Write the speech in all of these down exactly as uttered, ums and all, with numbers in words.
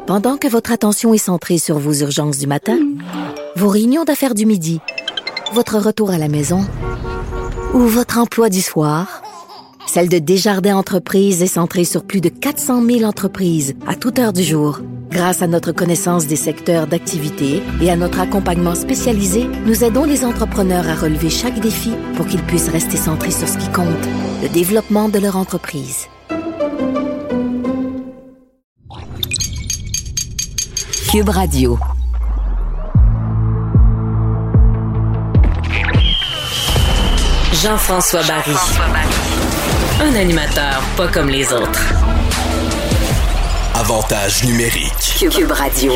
Pendant que votre attention est centrée sur vos urgences du matin, vos réunions d'affaires du midi, votre retour à la maison ou votre emploi du soir, celle de Desjardins Entreprises est centrée sur plus de quatre cent mille entreprises à toute heure du jour. Grâce à notre connaissance des secteurs d'activité et à notre accompagnement spécialisé, nous aidons les entrepreneurs à relever chaque défi pour qu'ils puissent rester centrés sur ce qui compte, le développement de leur entreprise. Cube Radio. Jean-François Barry. Un animateur pas comme les autres. Avantage numérique. Cube Radio.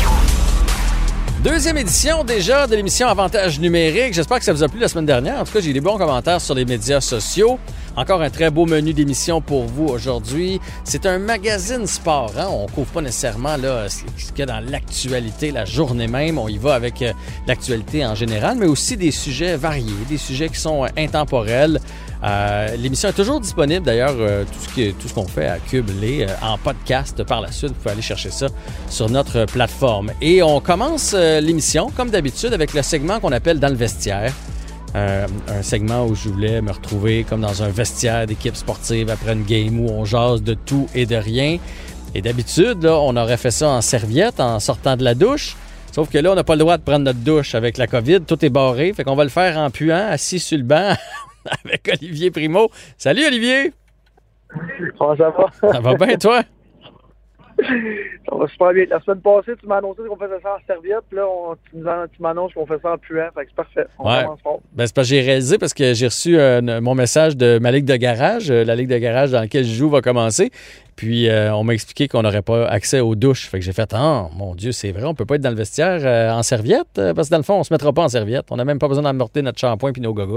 Deuxième édition déjà de l'émission Avantage numérique. J'espère que ça vous a plu la semaine dernière. En tout cas, j'ai eu des bons commentaires sur les médias sociaux. Encore un très beau menu d'émission pour vous aujourd'hui. C'est un magazine sport. Hein? On ne couvre pas nécessairement là, ce qu'il y a dans l'actualité, la journée même. On y va avec euh, l'actualité en général, mais aussi des sujets variés, des sujets qui sont euh, intemporels. Euh, l'émission est toujours disponible. D'ailleurs, euh, tout ce que, tout ce qu'on fait à Cube l'est euh, en podcast par la suite. Vous pouvez aller chercher ça sur notre plateforme. Et on commence euh, l'émission, comme d'habitude, avec le segment qu'on appelle « Dans le vestiaire ». Euh, un segment où je voulais me retrouver comme dans un vestiaire d'équipe sportive après une game où on jase de tout et de rien. Et d'habitude, là, on aurait fait ça en serviette en sortant de la douche. Sauf que là, on n'a pas le droit de prendre notre douche avec la COVID. Tout est barré. Fait qu'on va le faire en puant, assis sur le banc avec Olivier Primo. Salut, Olivier! Comment ça va? Ça va bien, toi? Ça va super bien. La semaine passée, tu m'as annoncé qu'on faisait ça en serviette. Puis là, on, tu, nous an- tu m'annonces qu'on fait ça en puant. Fait que c'est parfait. On Ouais. commence fort. Ben, c'est parce que j'ai réalisé parce que j'ai reçu euh, mon message de ma ligue de garage. Euh, la ligue de garage dans laquelle je joue va commencer. Puis euh, on m'a expliqué qu'on n'aurait pas accès aux douches. Fait que j'ai fait « Ah, mon Dieu, c'est vrai, on peut pas être dans le vestiaire euh, en serviette? Euh, Parce que dans le fond, on se mettra pas en serviette. On n'a même pas besoin d'amorter notre shampoing puis nos gogounes. »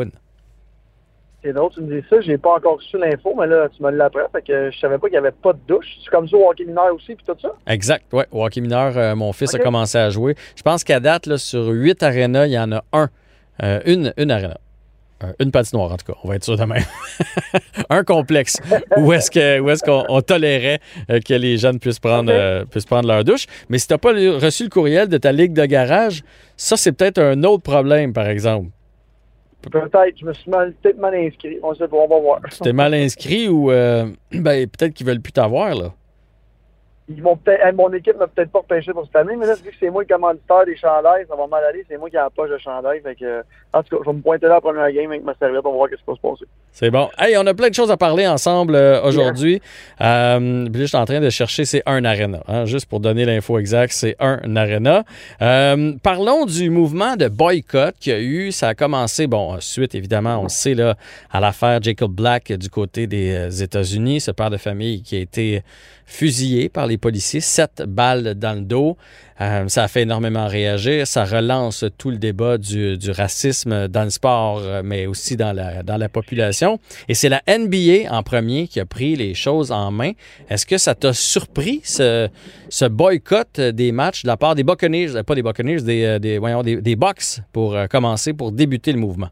C'est drôle, tu me dis ça. J'ai pas encore reçu l'info, mais là, tu me l'apprends. Fait que je savais pas qu'il y avait pas de douche. C'est comme ça au hockey mineur aussi, puis tout ça? Exact, oui. Au hockey mineur, euh, mon fils Ok. a commencé à jouer. Je pense qu'à date, là, sur huit arénas, il y en a un. Euh, une, une aréna. Euh, une patinoire, en tout cas. On va être sûr de même. Un complexe où est-ce que, où est-ce qu'on on tolérait euh, que les jeunes puissent prendre, Ok. euh, puissent prendre leur douche. Mais si tu n'as pas le- reçu le courriel de ta ligue de garage, ça, c'est peut-être un autre problème, par exemple. Peut-être. Je me suis mal, peut-être mal inscrit. On sait pas, on va voir. Tu t'es mal inscrit ou euh, ben, peut-être qu'ils veulent plus t'avoir, là. Ils vont peut-être, hey, mon équipe m'a peut-être pas repêché pour cette année, mais là, vu que c'est moi le commanditaire des chandails, ça va mal aller. C'est moi qui ai la poche de chandail. Fait que, en tout cas, je vais me pointer là la première game avec ma serviette. On va voir ce qui va se passer. C'est bon. Hey, on a plein de choses à parler ensemble euh, aujourd'hui. Euh, puis là, je suis en train de chercher, c'est un arena. Hein, juste pour donner l'info exacte, c'est un arena. Euh, parlons du mouvement de boycott qu'il y a eu. Ça a commencé, bon, suite, évidemment, on le sait, là, à l'affaire Jacob Black du côté des euh, États-Unis, ce père de famille qui a été fusillé par les policiers, sept balles dans le dos. Euh, ça a fait énormément réagir. Ça relance tout le débat du, du racisme dans le sport, euh, mais aussi dans la, dans la population. Et c'est la N B A en premier qui a pris les choses en main. Est-ce que ça t'a surpris, ce, ce boycott des matchs de la part des Buccaneers, euh, pas des Buccaneers, des, euh, des, voyons, des, des Bucks pour euh, commencer, pour débuter le mouvement?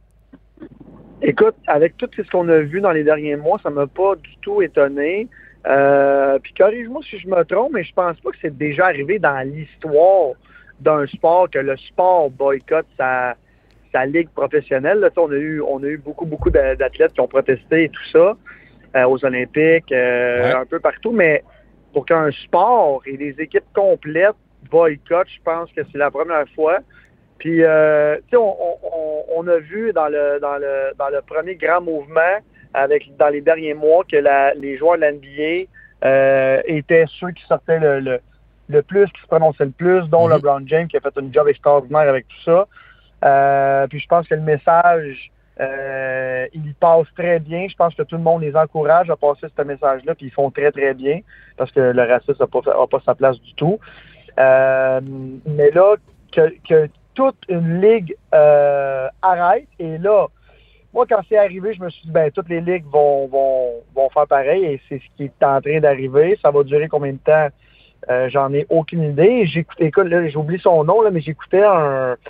Écoute, avec tout ce qu'on a vu dans les derniers mois, ça m'a pas du tout étonné. Euh, puis corrige-moi si je me trompe, mais je pense pas que c'est déjà arrivé dans l'histoire d'un sport que le sport boycotte sa, sa ligue professionnelle. Là, on a eu on a eu beaucoup, beaucoup d'a- d'athlètes qui ont protesté et tout ça euh, aux Olympiques, euh, Ouais. un peu partout, mais pour qu'un sport et des équipes complètes boycottent, je pense que c'est la première fois. Puis, euh, tu sais, on, on, on a vu dans le dans le dans le premier grand mouvement avec dans les derniers mois que la, les joueurs de la N B A euh, étaient ceux qui sortaient le, le, le plus, qui se prononçaient le plus, dont Mm-hmm. LeBron James qui a fait un job extraordinaire avec tout ça. Euh, puis je pense que le message, euh, il passe très bien. Je pense que tout le monde les encourage à passer ce message-là, puis ils font très, très bien, parce que le racisme n'a pas, a pas sa place du tout. Euh, mais là, que, que toute une ligue euh, arrête, et là, moi, quand c'est arrivé, je me suis dit, ben, toutes les ligues vont, vont, vont faire pareil, et c'est ce qui est en train d'arriver. Ça va durer combien de temps? Euh, j'en ai aucune idée. J'écoutais, écoute, là, j'oublie son nom, là, mais j'écoutais un,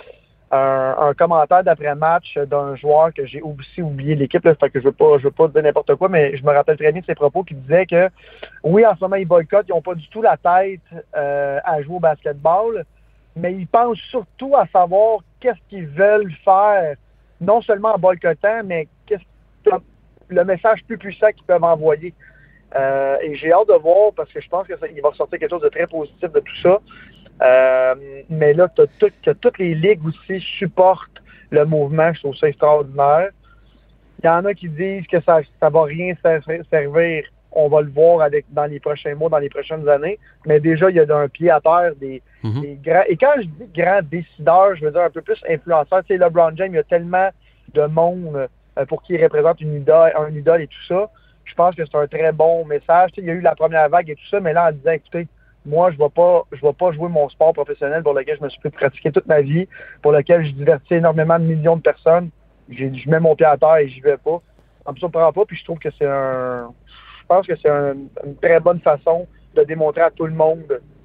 un, un commentaire d'après-match d'un joueur que j'ai aussi oublié l'équipe, là, fait que je veux pas, je veux pas dire n'importe quoi, mais je me rappelle très bien de ses propos qui disaient que oui, en ce moment, ils boycottent, ils n'ont pas du tout la tête euh, à jouer au basketball, mais ils pensent surtout à savoir qu'est-ce qu'ils veulent faire, non seulement en boycottant, mais qu'est-ce que le message plus puissant qu'ils peuvent envoyer. Euh, et j'ai hâte de voir parce que je pense qu'il va sortir quelque chose de très positif de tout ça. Euh, mais là, tu as tout, que toutes les ligues aussi supportent le mouvement. Je trouve ça extraordinaire. Il y en a qui disent que ça ne va rien servir. On va le voir avec, dans les prochains mois, dans les prochaines années. Mais déjà, il y a un pied à terre des, mm-hmm. des grands. Et quand je dis grands décideurs, je veux dire un peu plus influenceurs. Tu sais, LeBron James, il y a tellement de monde euh, pour qui il représente une idole, un idole et tout ça. Je pense que c'est un très bon message. Tu sais, il y a eu la première vague et tout ça, mais là, en disant, écoutez, moi, je ne vais pas, je vais pas jouer mon sport professionnel pour lequel je me suis fait pratiquer toute ma vie, pour lequel je divertis énormément de millions de personnes. J'ai, je mets mon pied à terre et j'y vais pas. Ça me surprend pas, puis je trouve que c'est un... Je pense que c'est un, une très bonne façon de démontrer à tout le monde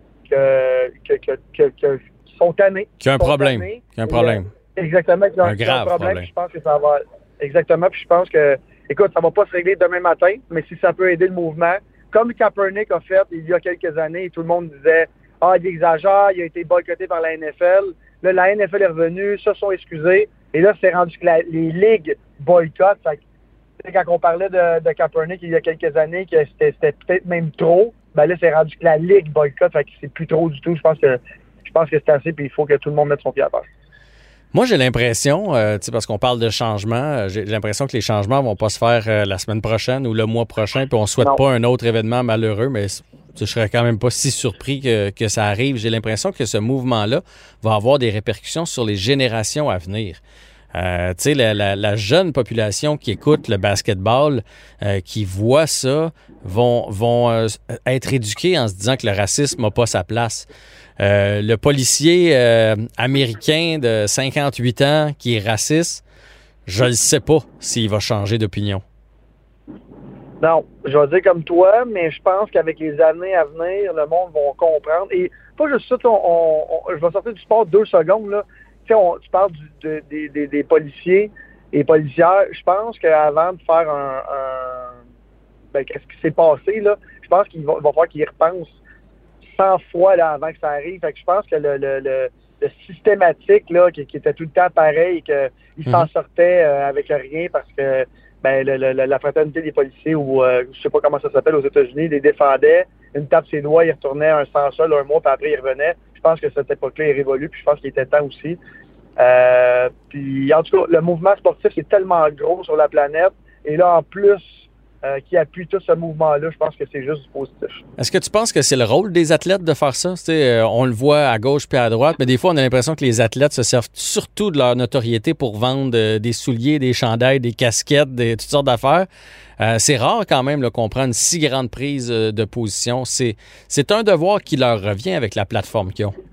que, que, que, que, que qu'ils sont tannés. Qu'il y a un problème. Qu'il y a un problème. Euh, exactement. Qu'il y a un, un grave un problème. problème. Je pense que ça va... Exactement, puis je pense que, écoute, ça va pas se régler demain matin, mais si ça peut aider le mouvement, comme Kaepernick a fait il y a quelques années, tout le monde disait « Ah, il exagère, il a été boycotté par la N F L. » Là, la N F L est revenue, se sont excusés. Et là, c'est rendu que la, les ligues boycottent. Fait, quand on parlait de, de Kaepernick il y a quelques années, que c'était, c'était peut-être même trop, ben là, c'est rendu que la ligue boycotte. Fait que c'est plus trop du tout. Je pense que je pense que c'est assez, puis il faut que tout le monde mette son pied à terre. Moi, j'ai l'impression, euh, parce qu'on parle de changement, j'ai l'impression que les changements vont pas se faire euh, la semaine prochaine ou le mois prochain, puis on souhaite non. pas un autre événement malheureux, mais je serais quand même pas si surpris que, que ça arrive. J'ai l'impression que ce mouvement-là va avoir des répercussions sur les générations à venir. Euh, tu sais, la, la, la jeune population qui écoute le basketball, euh, qui voit ça, vont, vont euh, être éduqués en se disant que le racisme n'a pas sa place. Euh, le policier euh, américain de cinquante-huit ans qui est raciste, je ne sais pas s'il va changer d'opinion. Non, je vais dire comme toi, mais je pense qu'avec les années à venir, le monde va comprendre. Et pas juste ça, on, on, on, je vais sortir du sport deux secondes, là. Tu sais, on, tu parles du, de, des, des, des policiers et policières. Je pense qu'avant de faire un... un ben, qu'est-ce qui s'est passé, là, je pense qu'il va, va falloir qu'ils y repensent cent fois là, avant que ça arrive. Fait que je pense que le, le, le, le systématique, là, qui, qui était tout le temps pareil, qu'il mm-hmm. s'en sortait euh, avec rien parce que ben, le, le, la fraternité des policiers, ou euh, je sais pas comment ça s'appelle aux États-Unis, les défendait, une tape ses doigts, il retournait un sans sol un mois, puis après il revenait. Je pense que cette époque-là est révolue, puis je pense qu'il était temps aussi. Euh, puis en tout cas, le mouvement sportif est tellement gros sur la planète, et là en plus, Euh, qui appuie tout ce mouvement-là, je pense que c'est juste positif. Est-ce que tu penses que c'est le rôle des athlètes de faire ça? Euh, on le voit à gauche puis à droite, mais des fois, on a l'impression que les athlètes se servent surtout de leur notoriété pour vendre euh, des souliers, des chandails, des casquettes, des, toutes sortes d'affaires. Euh, c'est rare quand même là, qu'on prenne une si grande prise euh, de position. C'est, c'est un devoir qui leur revient avec la plateforme qu'ils ont.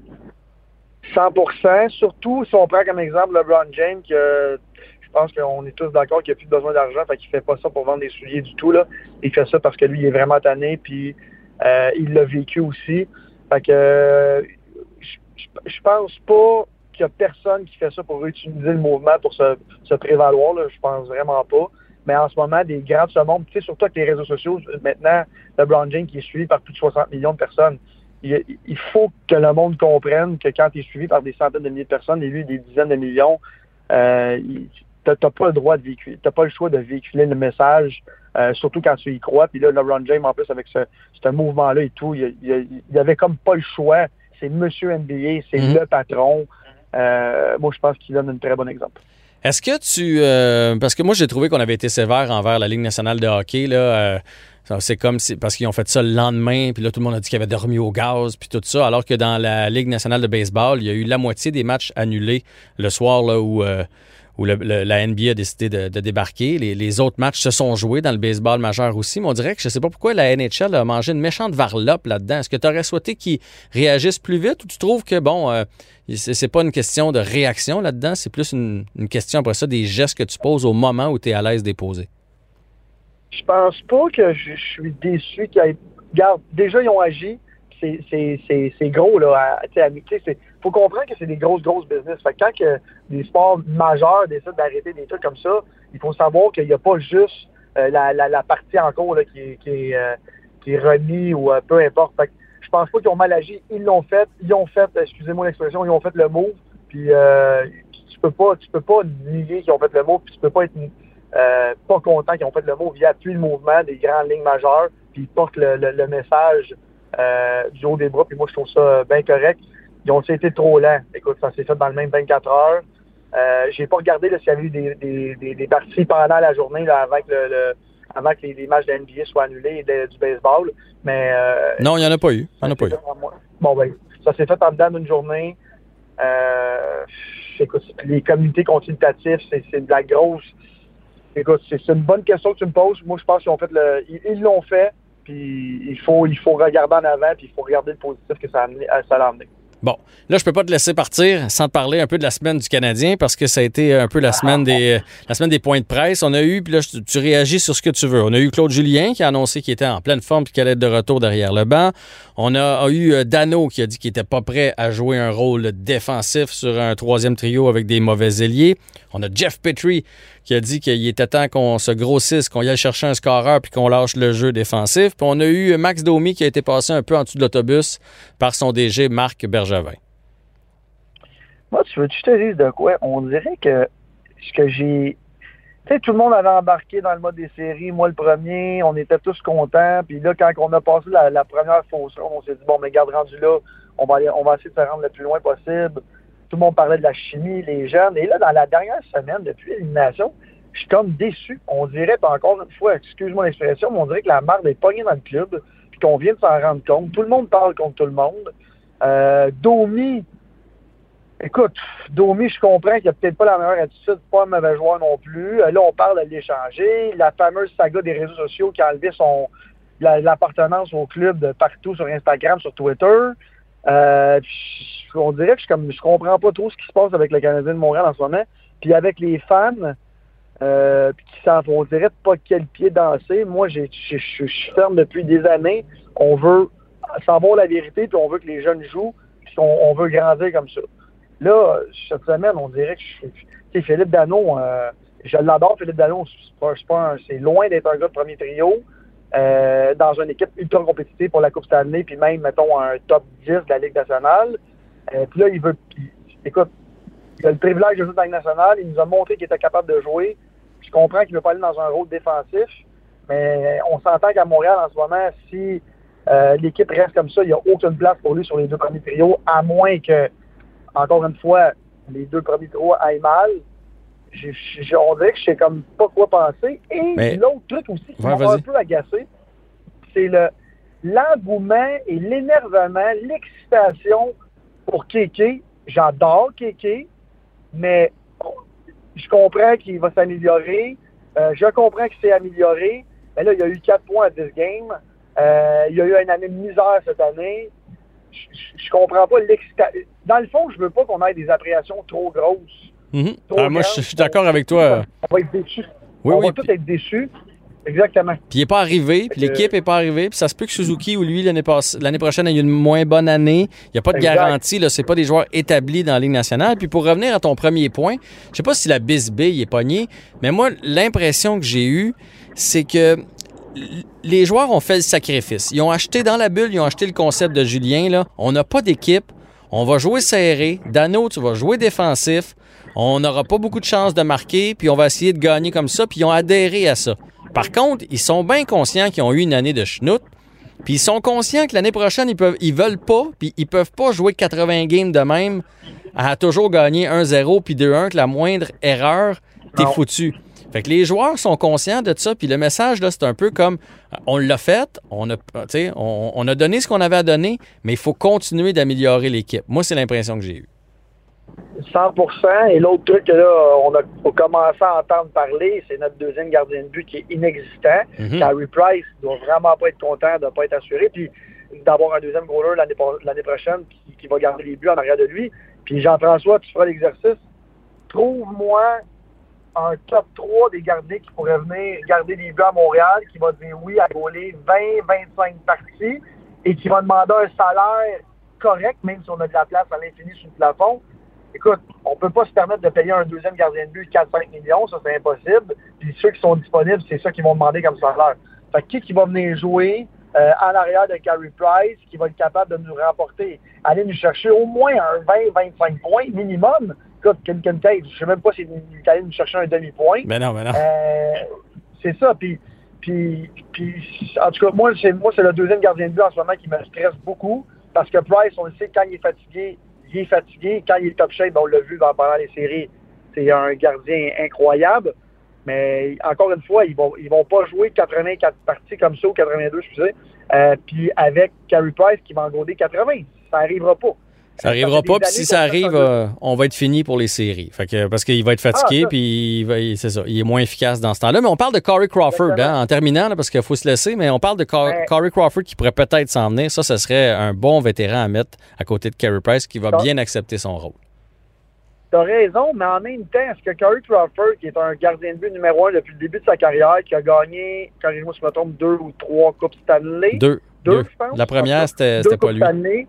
cent pour cent, surtout si on prend comme exemple LeBron James, qui euh, je pense qu'on est tous d'accord qu'il n'a plus besoin d'argent, fait qu'il fait pas ça pour vendre des souliers du tout, là. Il fait ça parce que lui, il est vraiment tanné, puis euh, il l'a vécu aussi. Fait que euh, je, je pense pas qu'il y a personne qui fait ça pour utiliser le mouvement pour se, se prévaloir, là. Je pense vraiment pas. Mais en ce moment, des grands de ce monde, tu sais, surtout avec les réseaux sociaux, maintenant, LeBron James qui est suivi par plus de soixante millions de personnes. Il, il faut que le monde comprenne que quand tu es suivi par des centaines de milliers de personnes et lui, des dizaines de millions, euh, il, T'as, t'as pas le droit de véhiculer, t'as pas le choix de véhiculer le message, euh, surtout quand tu y crois. Puis là, LeBron James, en plus, avec ce, ce mouvement-là et tout, il, il, il avait comme pas le choix. C'est Monsieur N B A, c'est mm-hmm. le patron. Euh, moi, je pense qu'il donne un très bon exemple. Est-ce que tu... Euh, parce que moi, j'ai trouvé qu'on avait été sévère envers la Ligue nationale de hockey, là. Euh, c'est comme si, parce qu'ils ont fait ça le lendemain, puis là, tout le monde a dit qu'ils avaient dormi au gaz, puis tout ça, alors que dans la Ligue nationale de baseball, il y a eu la moitié des matchs annulés le soir, là, où... Euh, où le, le, la N B A a décidé de, de débarquer. Les, les autres matchs se sont joués dans le baseball majeur aussi, mais on dirait que je ne sais pas pourquoi la N H L a mangé une méchante varlope là-dedans. Est-ce que tu aurais souhaité qu'ils réagissent plus vite ou tu trouves que, bon, euh, c'est, c'est pas une question de réaction là-dedans, c'est plus une, une question après ça des gestes que tu poses au moment où tu es à l'aise de les poser? Je pense pas que je, je suis déçu qu'ils aient... Regarde, déjà, ils ont agi. c'est, c'est, c'est, c'est gros, là. Il faut comprendre que c'est des grosses, grosses business. Fait que quand que des sports majeurs décident d'arrêter des trucs comme ça, il faut savoir qu'il n'y a pas juste euh, la, la, la partie en cours là, qui, est, qui, est, euh, qui est remis ou euh, peu importe. Fait que je pense pas qu'ils ont mal agi. Ils l'ont fait. Ils ont fait, excusez-moi l'expression, ils ont fait le move. Puis euh, tu peux pas, tu peux pas nier qu'ils ont fait le move. Puis tu peux pas être euh, pas content qu'ils ont fait le move. Ils appuient le mouvement des grandes lignes majeures. Puis ils portent le, le, le message euh, du haut des bras. Puis moi, je trouve ça bien correct. Ils ont été trop lents. Écoute, ça s'est fait dans le même vingt-quatre heures. Euh, j'ai pas regardé là, s'il y avait eu des, des, des, des parties pendant la journée là, avant que, le, le, avant que les, les matchs de N B A soient annulés et de, du baseball. Mais euh, non, il n'y en a pas eu. Il y en a pas eu. Bon, ben, ça s'est fait en dedans d'une journée. Euh, écoute, les communautés consultatives, c'est, c'est de la grosse. Écoute, c'est, c'est une bonne question que tu me poses. Moi, je pense qu'ils ont fait le. Ils, ils l'ont fait, puis il faut, il faut regarder en avant, puis il faut regarder le positif que ça a, amené, ça a amené. Bon, là, je peux pas te laisser partir sans te parler un peu de la semaine du Canadien parce que ça a été un peu la semaine des la semaine des points de presse. On a eu, puis là, tu réagis sur ce que tu veux. On a eu Claude Julien qui a annoncé qu'il était en pleine forme et qu'il allait être de retour derrière le banc. On a, a eu Dano qui a dit qu'il était pas prêt à jouer un rôle défensif sur un troisième trio avec des mauvais ailiers. On a Jeff Petrie qui a dit qu'il était temps qu'on se grossisse, qu'on y aille chercher un scoreur puis qu'on lâche le jeu défensif. Puis on a eu Max Domi qui a été passé un peu en dessous de l'autobus par son D G Marc Bergevin. Moi, tu veux que je te dise de quoi? On dirait que ce que j'ai... Tu sais, tout le monde avait embarqué dans le mode des séries. Moi, le premier, on était tous contents. Puis là, quand on a passé la, la première fausse ronde, on s'est dit, bon, mais garde rendu là, on va, aller, on va essayer de se rendre le plus loin possible. Tout le monde parlait de la chimie, les jeunes. Et là, dans la dernière semaine, depuis l'élimination, je suis comme déçu. On dirait, encore une fois, excuse-moi l'expression, mais on dirait que la marde est pognée dans le club, puis qu'on vient de s'en rendre compte. Tout le monde parle contre tout le monde. Euh, Domi, écoute, Domi, je comprends qu'il n'a peut-être pas la meilleure attitude, pas un mauvais joueur non plus. Là, on parle de l'échanger. La fameuse saga des réseaux sociaux qui a enlevé son, la, l'appartenance au club de partout sur Instagram, sur Twitter. Euh, on dirait que je, comme, je comprends pas trop ce qui se passe avec le Canadien de Montréal en ce moment. Puis avec les fans euh, qui savent, on dirait pas de quel pied danser. Moi, j'ai, je, je, je suis ferme depuis des années. On veut savoir la vérité, puis on veut que les jeunes jouent, puis on, on veut grandir comme ça. Là, cette semaine, on dirait que je, tu sais, Philippe Danault, euh, je l'adore, Philippe Danault, c'est, pas, c'est, pas un, c'est loin d'être un gars de premier trio. Euh, dans une équipe ultra compétitive pour la Coupe Stanley, puis même, mettons, un top dix de la Ligue nationale. Euh, puis là, il veut... Pis, écoute, il a le privilège de jouer dans la Ligue nationale. Il nous a montré qu'il était capable de jouer. Je comprends qu'il ne veut pas aller dans un rôle défensif, mais on s'entend qu'à Montréal, en ce moment, si euh, l'équipe reste comme ça, il n'y a aucune place pour lui sur les deux premiers trios, à moins que, encore une fois, les deux premiers trios aillent mal. J'ai, j'ai, on dirait que je sais comme pas quoi penser. Et mais... l'autre truc aussi qui ouais, m'a vas-y. un peu agacé, c'est le l'engouement et l'énervement, l'excitation pour Kéké. J'adore Kéké, mais je comprends qu'il va s'améliorer. Euh, je comprends qu'il s'est amélioré. Mais là, il y a eu quatre points à dix games. Euh, il y a eu une année de misère cette année. Je, je, je comprends pas l'excitation. Dans le fond, je veux pas qu'on ait des appréhensions trop grosses. Mm-hmm. Ah, moi, je suis d'accord avec toi. On va être déçus. Oui, on oui, va tous être déçus. Exactement. Puis il n'est pas arrivé, puis l'équipe n'est pas arrivée, puis ça se peut que Suzuki ou lui, l'année, passe, l'année prochaine, ait une moins bonne année. Il n'y a pas de exact. garantie, là, c'est pas des joueurs établis dans la Ligue nationale. Puis pour revenir à ton premier point, je sais pas si la bisbille est pognée, mais moi, l'impression que j'ai eue, c'est que les joueurs ont fait le sacrifice. Ils ont acheté dans la bulle, ils ont acheté le concept de Julien, là. On n'a pas d'équipe, on va jouer serré. Dano, tu vas jouer défensif. On n'aura pas beaucoup de chances de marquer, puis on va essayer de gagner comme ça, puis ils ont adhéré à ça. Par contre, ils sont bien conscients qu'ils ont eu une année de schnout, puis ils sont conscients que l'année prochaine, ils peuvent, ils veulent pas, puis ils peuvent pas jouer quatre-vingts games de même à toujours gagner un zéro puis deux un, que la moindre erreur, t'es non. foutu. Fait que les joueurs sont conscients de ça, puis le message, là, c'est un peu comme, on l'a fait, on a, on, on a donné ce qu'on avait à donner, mais il faut continuer d'améliorer l'équipe. Moi, c'est l'impression que j'ai eue. cent pour cent. Et l'autre truc que là, on a, on a commencé à entendre parler, c'est notre deuxième gardien de but qui est inexistant. Mm-hmm. Carey Price doit vraiment pas être content de ne pas être assuré, puis d'avoir un deuxième goaler l'année, l'année prochaine qui, qui va garder les buts en arrière de lui. Puis Jean-François, tu feras l'exercice. Trouve-moi un top trois des gardiens qui pourraient venir garder les buts à Montréal, qui va dire oui à goaler vingt à vingt-cinq parties, et qui va demander un salaire correct, même si on a de la place à l'infini sous le plafond, écoute, on peut pas se permettre de payer un deuxième gardien de but quatre à cinq millions, ça c'est impossible. Puis ceux qui sont disponibles, c'est ça qu'ils vont demander comme salaire. Fait que qui qui va venir jouer euh, en arrière de Carey Price, qui va être capable de nous remporter, aller nous chercher au moins un vingt à vingt-cinq points minimum. Écoute, Killian Cage, je sais même pas s'il est allé nous chercher un demi-point. Mais non, mais non. Euh, c'est ça, puis, puis, puis en tout cas, moi c'est, moi, c'est le deuxième gardien de but en ce moment qui me stresse beaucoup, parce que Price, on le sait, quand il est fatigué, il est fatigué. Quand il est top shape, on l'a vu dans, pendant les séries, c'est un gardien incroyable. Mais encore une fois, ils vont ils vont pas jouer quatre-vingt-quatre parties comme ça, ou quatre-vingt-deux, excusez, euh, puis avec Carey Price qui va en gauder quatre-vingts. Ça n'arrivera pas. Ça n'arrivera pas, puis si ça arrive, euh, on va être fini pour les séries. Fait que, parce qu'il va être fatigué, ah, puis il va, il, c'est ça, il est moins efficace dans ce temps-là. Mais on parle de Corey Crawford, hein, en terminant, là, parce qu'il faut se laisser, mais on parle de Cor- ouais. Corey Crawford qui pourrait peut-être s'en venir. Ça, ce serait un bon vétéran à mettre à côté de Carey Price qui va bien accepter son rôle. T'as raison, mais en même temps, est-ce que Corey Crawford, qui est un gardien de but numéro un depuis le début de sa carrière, qui a gagné, quand je me trompe, deux ou trois Coupes Stanley? Deux. Deux, deux. je pense. La première, c'était, c'était pas lui. Stanley.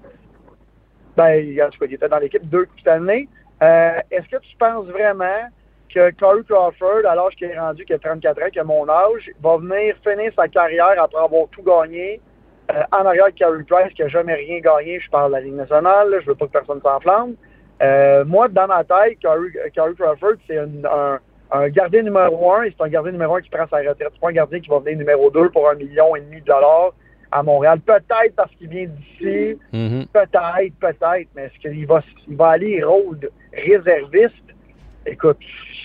Ben, en tout cas, il était dans l'équipe deux Coupes Stanley. Euh, est-ce que tu penses vraiment que Corey Crawford, à l'âge qu'il est rendu, qui a trente-quatre ans, qui a mon âge, va venir finir sa carrière après avoir tout gagné euh, en arrière de Carey Price, qui n'a jamais rien gagné? Je parle de la Ligue nationale, là, je veux pas que personne s'enflamme. Euh, moi, dans ma tête, Corey Crawford, c'est une, un, un gardien numéro un, et c'est un gardien numéro un qui prend sa retraite. C'est pas un gardien qui va venir numéro deux pour un million et demi de dollars à Montréal. Peut-être parce qu'il vient d'ici, mm-hmm. peut-être, peut-être, mais est-ce qu'il va, il va aller rôle réserviste? Écoute,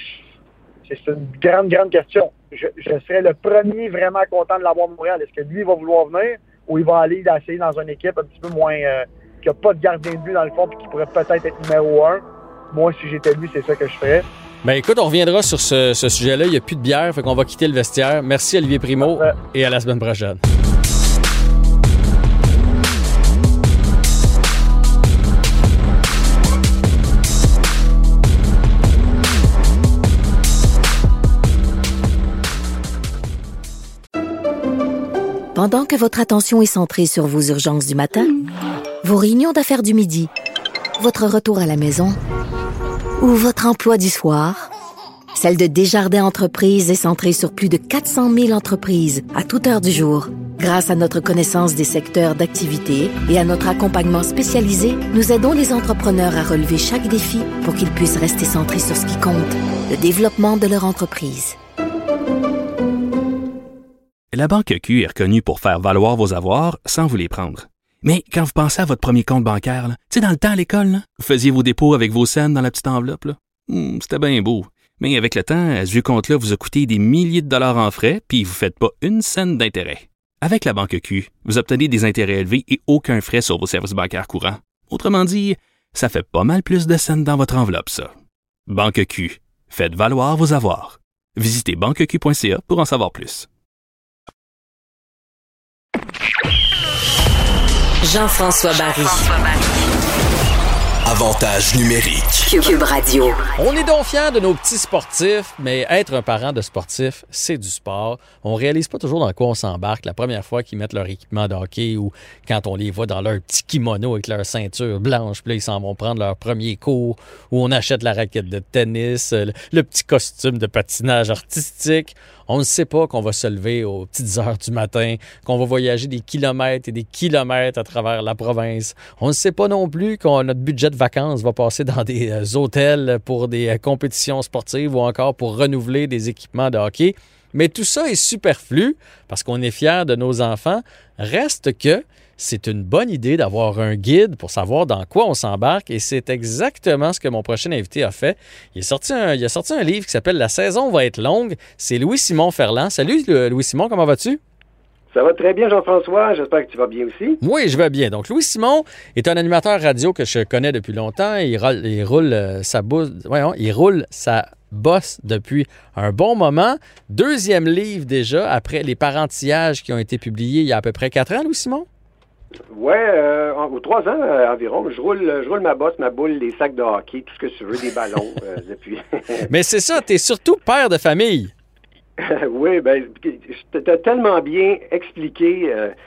c'est une grande, grande question. Je, je serais le premier vraiment content de l'avoir à Montréal. Est-ce que lui va vouloir venir ou il va aller essayer dans une équipe un petit peu moins... Euh, qui n'a pas de gardien de but dans le fond et qui pourrait peut-être être numéro un. Moi, si j'étais lui, c'est ça que je ferais. Ben écoute, on reviendra sur ce, ce sujet-là. Il n'y a plus de bière, fait qu'on va quitter le vestiaire. Merci Olivier Primo ouais. et à la semaine prochaine. Pendant que votre attention est centrée sur vos urgences du matin, vos réunions d'affaires du midi, votre retour à la maison ou votre emploi du soir, celle de Desjardins Entreprises est centrée sur plus de quatre cent mille entreprises à toute heure du jour. Grâce à notre connaissance des secteurs d'activité et à notre accompagnement spécialisé, nous aidons les entrepreneurs à relever chaque défi pour qu'ils puissent rester centrés sur ce qui compte, le développement de leur entreprise. La Banque Q est reconnue pour faire valoir vos avoirs sans vous les prendre. Mais quand vous pensez à votre premier compte bancaire, tu sais, dans le temps à l'école, là, vous faisiez vos dépôts avec vos scènes dans la petite enveloppe. Là. Hum, c'était bien beau. Mais avec le temps, à ce vieux compte-là vous a coûté des milliers de dollars en frais, puis vous ne faites pas une scène d'intérêt. Avec la Banque Q, vous obtenez des intérêts élevés et aucun frais sur vos services bancaires courants. Autrement dit, ça fait pas mal plus de scènes dans votre enveloppe, ça. Banque Q. Faites valoir vos avoirs. Visitez banque q point c a pour en savoir plus. Jean-François Barry. Avantage numérique. Cube Radio. On est donc fiers de nos petits sportifs, mais être un parent de sportif, c'est du sport. On réalise pas toujours dans quoi on s'embarque la première fois qu'ils mettent leur équipement de hockey ou quand on les voit dans leur petit kimono avec leur ceinture blanche, puis là, ils s'en vont prendre leur premier cours, ou on achète la raquette de tennis, le, le petit costume de patinage artistique. On ne sait pas qu'on va se lever aux petites heures du matin, qu'on va voyager des kilomètres et des kilomètres à travers la province. On ne sait pas non plus que notre budget de vacances va passer dans des euh, hôtels pour des euh, compétitions sportives ou encore pour renouveler des équipements de hockey. Mais tout ça est superflu parce qu'on est fiers de nos enfants. Reste que c'est une bonne idée d'avoir un guide pour savoir dans quoi on s'embarque et c'est exactement ce que mon prochain invité a fait. Il, est sorti un, il a sorti un livre qui s'appelle « La saison va être longue ». C'est Louis-Simon Ferland. Salut Louis-Simon, comment vas-tu? Ça va très bien, Jean-François. J'espère que tu vas bien aussi. Oui, je vais bien. Donc, Louis-Simon est un animateur radio que je connais depuis longtemps. Il roule, il roule euh, sa bosse, voyons, il roule sa bosse depuis un bon moment. Deuxième livre déjà, après les parentillages qui ont été publiés il y a à peu près quatre ans, Louis-Simon? Oui, euh, ou trois ans euh, environ. Je roule, je roule ma bosse, ma boule, les sacs de hockey, tout ce que tu veux, des ballons euh, depuis. Mais c'est ça, tu es surtout père de famille. Oui, ben, tu as tellement bien expliqué euh,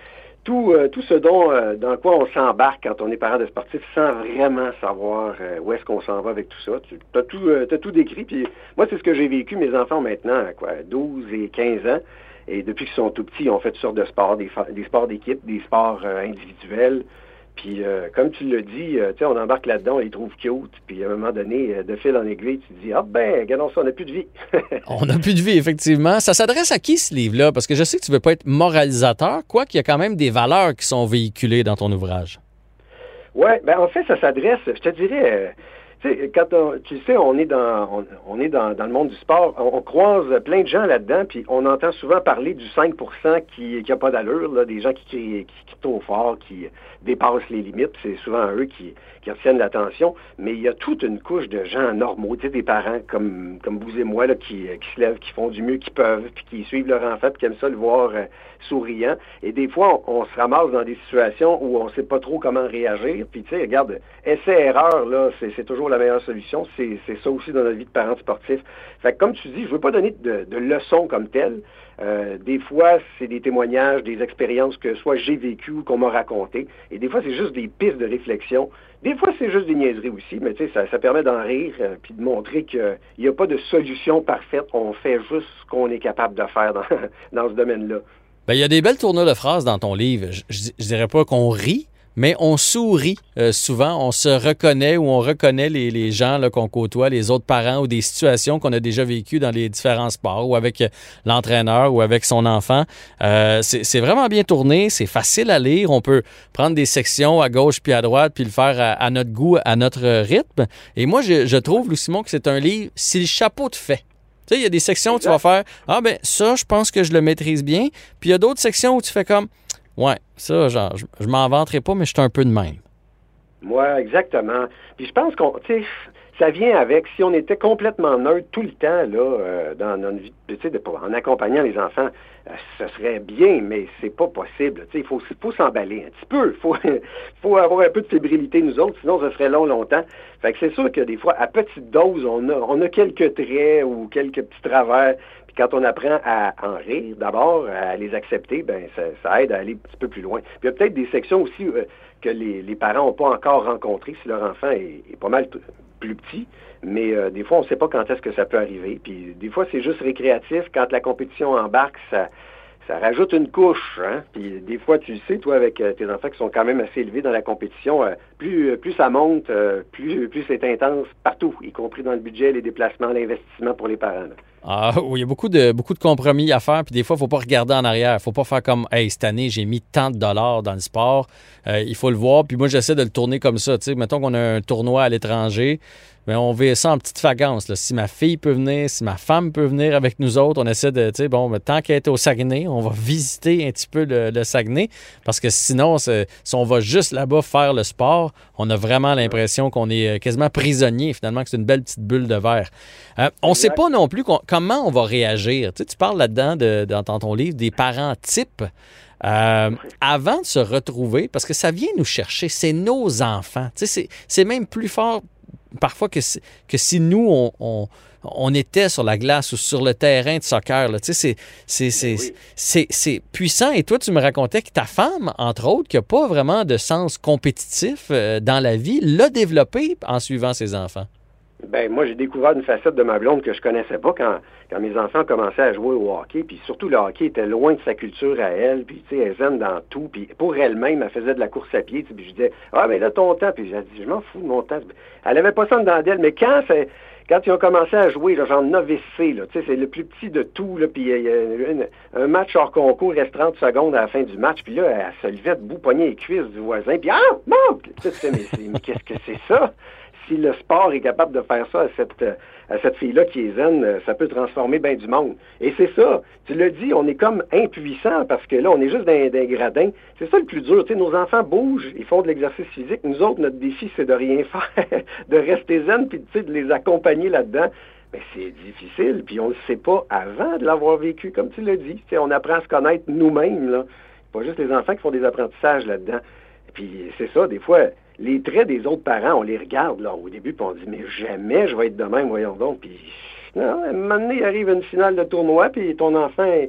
tout, euh, tout ce dont, euh, dans quoi on s'embarque quand on est parent de sportif sans vraiment savoir euh, où est-ce qu'on s'en va avec tout ça. Tu as tout, euh, t'as tout décrit. Puis moi, c'est ce que j'ai vécu. Mes enfants ont maintenant quoi, douze et quinze ans. Et depuis qu'ils sont tout petits, ils ont fait toutes sortes de sports, des, des sports d'équipe, des sports euh, individuels. Puis, euh, comme tu l'as dit, euh, tu sais, on embarque là-dedans, on les trouve cute. Puis, à un moment donné, euh, de fil en aiguille, tu te dis, ah ben, regardons ça, on n'a plus de vie. On n'a plus de vie, effectivement. Ça s'adresse à qui, ce livre-là? Parce que je sais que tu ne veux pas être moralisateur, quoique il y a quand même des valeurs qui sont véhiculées dans ton ouvrage. Oui, ben en fait, ça s'adresse, je te dirais... Euh, Tu sais, quand on, tu sais, on est dans on, on est dans, dans le monde du sport, on, on croise plein de gens là-dedans, puis on entend souvent parler du cinq pour cent qui qui a pas d'allure, là, des gens qui crient qui, qui trop fort, qui dépassent les limites, c'est souvent eux qui, qui retiennent l'attention, mais il y a toute une couche de gens normaux, tu sais, des parents comme comme vous et moi là, qui, qui se lèvent, qui font du mieux qu'ils peuvent, puis qui suivent leur enfant, puis qui aiment ça le voir euh, souriant. Et des fois, on, on se ramasse dans des situations où on sait pas trop comment réagir, puis tu sais, regarde, essai-erreur, là, c'est, c'est toujours la meilleure solution. C'est, c'est ça aussi dans notre vie de parents sportifs. Fait que comme tu dis, je veux pas donner de, de leçons comme telles. Euh, des fois, c'est des témoignages, des expériences que soit j'ai vécues ou qu'on m'a racontées. Et des fois, c'est juste des pistes de réflexion. Des fois, c'est juste des niaiseries aussi, mais tu sais, ça, ça permet d'en rire euh, puis de montrer qu'il n'y a pas de solution parfaite. On fait juste ce qu'on est capable de faire dans, dans ce domaine-là. Bien, il y a des belles tournures de phrases dans ton livre. Je, je, je dirais pas qu'on rit, mais on sourit euh, souvent, on se reconnaît ou on reconnaît les, les gens là, qu'on côtoie, les autres parents ou des situations qu'on a déjà vécues dans les différents sports ou avec l'entraîneur ou avec son enfant. Euh, c'est, c'est vraiment bien tourné, c'est facile à lire. On peut prendre des sections à gauche puis à droite puis le faire à, à notre goût, à notre rythme. Et moi, je, je trouve, Lou Simon, que c'est un livre, si le chapeau te fait. Tu sais, il y a des sections où tu vas faire « Ah ben ça, je pense que je le maîtrise bien. » Puis il y a d'autres sections où tu fais comme ouais, ça, genre, je, je m'en vanterai pas, mais je suis un peu de même. Moi, exactement. Puis je pense qu'on, tu sais, ça vient avec, si on était complètement neutre tout le temps, là, euh, dans notre vie, tu sais, en accompagnant les enfants, euh, ce serait bien, mais c'est pas possible. Tu sais, il faut, faut s'emballer un petit peu. Il faut, faut avoir un peu de fébrilité, nous autres, sinon ça serait long, longtemps. Fait que c'est sûr que des fois, à petite dose, on a, on a quelques traits ou quelques petits travers. Puis quand on apprend à en rire, d'abord, à les accepter, ben ça, ça aide à aller un petit peu plus loin. Puis il y a peut-être des sections aussi euh, que les, les parents n'ont pas encore rencontrées si leur enfant est, est pas mal t- plus petit, mais euh, des fois, on ne sait pas quand est-ce que ça peut arriver. Puis des fois, c'est juste récréatif. Quand la compétition embarque, ça, ça rajoute une couche. Hein? Puis des fois, tu le sais, toi, avec euh, tes enfants qui sont quand même assez élevés dans la compétition, euh, plus, plus ça monte, euh, plus, plus c'est intense partout, y compris dans le budget, les déplacements, l'investissement pour les parents. Là. Ah oui, il y a beaucoup de, beaucoup de compromis à faire, puis des fois, il ne faut pas regarder en arrière. Il ne faut pas faire comme « Hey, cette année, j'ai mis tant de dollars dans le sport. Euh, » Il faut le voir, puis moi, j'essaie de le tourner comme ça. Tu sais, mettons qu'on a un tournoi à l'étranger, bien, on vit ça en petite vacance. Là. Si ma fille peut venir, si ma femme peut venir avec nous autres, on essaie de, tu sais, bon, tant qu'elle est au Saguenay, on va visiter un petit peu le, le Saguenay, parce que sinon, si on va juste là-bas faire le sport, on a vraiment l'impression qu'on est quasiment prisonnier, finalement, que c'est une belle petite bulle de verre. Euh, on ne sait pas non plus comment on va réagir. Tu sais, tu parles là-dedans, de, dans ton livre, des parents types. Euh, avant de se retrouver, parce que ça vient nous chercher, c'est nos enfants. Tu sais, c'est, c'est même plus fort parfois que si, que si nous, on, on, on était sur la glace ou sur le terrain de soccer. Là. Tu sais, c'est, c'est, c'est, oui. c'est, c'est puissant. Et toi, tu me racontais que ta femme, entre autres, qui n'a pas vraiment de sens compétitif euh, dans la vie, l'a développé en suivant ses enfants. Ben moi, j'ai découvert une facette de ma blonde que je connaissais pas quand, quand mes enfants commençaient à jouer au hockey. Puis surtout, le hockey était loin de sa culture à elle. Puis, tu sais, elle zen dans tout. Puis pour elle-même, elle faisait de la course à pied. Puis je disais, ah, mais là, ton temps. Puis j'ai dit, je m'en fous de mon temps. Elle avait pas ça dedans d'elle. Mais quand c'est... Quand ils ont commencé à jouer, là, genre novice C, là, c'est le plus petit de tout, là, puis il y a une, un match hors concours, reste trente secondes à la fin du match, puis là, elle se levait debout, pognait les cuisses du voisin, puis ah, bon! Tu sais, mais, mais qu'est-ce que c'est ça? Si le sport est capable de faire ça à cette, à cette fille-là qui est zen, ça peut transformer bien du monde. Et c'est ça, tu l'as dit, on est comme impuissant parce que là, on est juste dans des gradins. C'est ça le plus dur, tu sais, nos enfants bougent, ils font de l'exercice physique. Nous autres, notre défi, c'est de rien faire, de rester zen, puis tu sais, de les accompagner là-dedans. Mais c'est difficile, puis on ne le sait pas avant de l'avoir vécu, comme tu l'as dit. Tu sais, on apprend à se connaître nous-mêmes, là. Pas juste les enfants qui font des apprentissages là-dedans. Puis c'est ça, des fois... Les traits des autres parents, on les regarde là au début, puis on dit, mais jamais je vais être de même, voyons donc. Puis, non, à un moment donné, il arrive une finale de tournoi, puis ton enfant,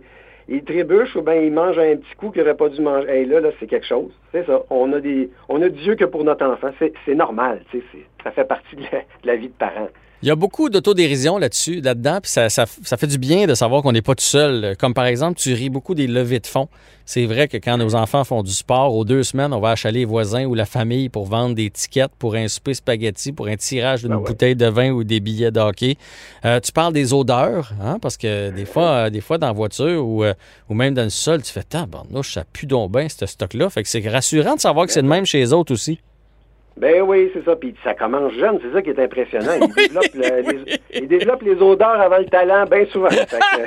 il trébuche ou bien il mange un petit coup qu'il n'aurait pas dû manger. Hey, là, là, c'est quelque chose. C'est ça. On a des, on a Dieu que pour notre enfant. C'est, c'est normal. C'est, ça fait partie de la, de la vie de parent. Il y a beaucoup d'autodérision là-dessus, là-dedans, puis ça, ça, ça fait du bien de savoir qu'on n'est pas tout seul. Comme par exemple, tu ris beaucoup des levées de fonds. C'est vrai que quand nos enfants font du sport, aux deux semaines, on va achaler les voisins ou la famille pour vendre des tickets pour un souper spaghetti, pour un tirage d'une ben ouais. bouteille de vin ou des billets de hockey. Euh, tu parles des odeurs, hein, parce que des fois, euh, des fois dans la voiture ou, euh, ou même dans le sol, tu fais « Tabarnouche, ça pue donc bien, ce stock-là. » Fait que c'est rassurant de savoir que c'est le même chez les autres aussi. Ben oui, c'est ça. Puis ça commence jeune, c'est ça qui est impressionnant. Ils, oui. développent, le, les, ils développent les odeurs avant le talent bien souvent. Fait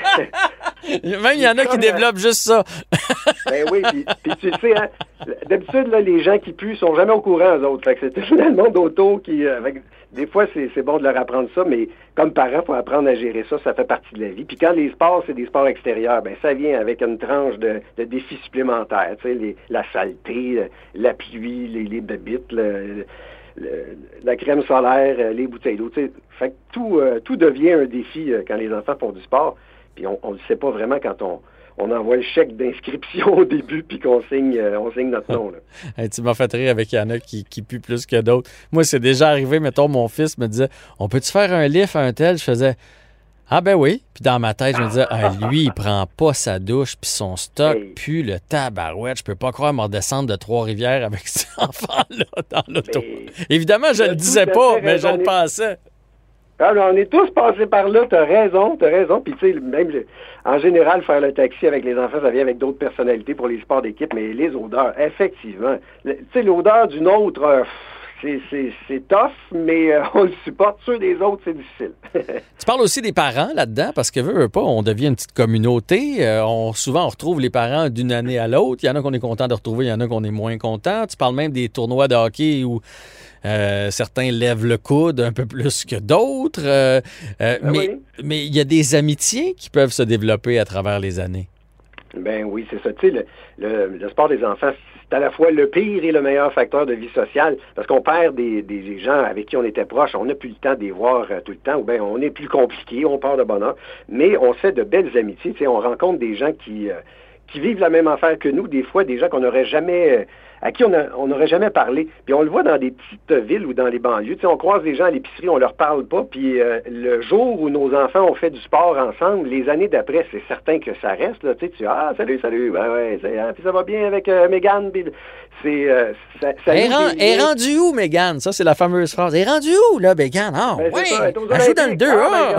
que, même il y en a qui développent juste ça. Ben oui, puis, puis tu le sais, hein, d'habitude, là, les gens qui puent sont jamais au courant, eux autres. Fait que c'est finalement d'auto qui... Euh, avec, des fois, c'est, c'est bon de leur apprendre ça, mais comme parent, il faut apprendre à gérer ça. Ça fait partie de la vie. Puis quand les sports, c'est des sports extérieurs, ben ça vient avec une tranche de, de défis supplémentaires. Tu sais, les, la saleté, la pluie, les, les bébites, le, le, la crème solaire, les bouteilles d'eau. Tu sais. Fait que tout, euh, tout devient un défi euh, quand les enfants font du sport. Puis on ne le sait pas vraiment quand on... on envoie le chèque d'inscription au début puis qu'on signe, euh, on signe notre nom. Là. Hey, tu m'as fait rire avec il y en a qui, qui puent plus que d'autres. Moi, c'est déjà arrivé, mettons, mon fils me disait « On peut-tu faire un lift à un tel? » Je faisais « Ah ben oui. » Puis dans ma tête, je me disais ah, « Lui, il prend pas sa douche puis son stock hey. pue le tabarouette. Je peux pas croire me redescendre de Trois-Rivières avec cet enfant-là dans l'auto. » Évidemment, je le disais pas, mais je le pensais. Alors, on est tous passés par là, t'as raison, t'as raison. Puis tu sais, même le, en général, faire le taxi avec les enfants, ça vient avec d'autres personnalités pour les sports d'équipe, mais les odeurs, effectivement. Tu sais, l'odeur d'une autre, euh, c'est, c'est, c'est tough, mais euh, on le supporte. Ceux des autres, c'est difficile. Tu parles aussi des parents là-dedans, parce que, veux, veux pas, on devient une petite communauté. Euh, on, souvent, on retrouve les parents d'une année à l'autre. Il y en a qu'on est content de retrouver, il y en a qu'on est moins content. Tu parles même des tournois de hockey où Euh, certains lèvent le coude un peu plus que d'autres, euh, euh, ben mais oui. mais il y a des amitiés qui peuvent se développer à travers les années. Ben oui, c'est ça. Tu sais, le, le, le sport des enfants, c'est à la fois le pire et le meilleur facteur de vie sociale, parce qu'on perd des, des gens avec qui on était proches, on n'a plus le temps de les voir euh, tout le temps, ou bien on est plus compliqué, on part de bonheur, mais on fait de belles amitiés. Tu sais, on rencontre des gens qui, euh, qui vivent la même affaire que nous, des fois des gens qu'on n'aurait jamais... Euh, à qui on n'aurait jamais parlé. Puis on le voit dans des petites villes ou dans les banlieues. Tu sais, on croise des gens à l'épicerie, on leur parle pas. Puis euh, le jour où nos enfants ont fait du sport ensemble, les années d'après, c'est certain que ça reste. Là. Tu sais, tu ah, salut, salut, ouais, ouais, c'est, hein, puis ça va bien avec euh, Mégane. Puis c'est... Euh, ça, ça est, rend, est rendu où, Mégane? Ça, c'est la fameuse phrase. Est rendu où, là, Mégane? Ah, ben, ouais, ça, elle joue dans le deux, ah!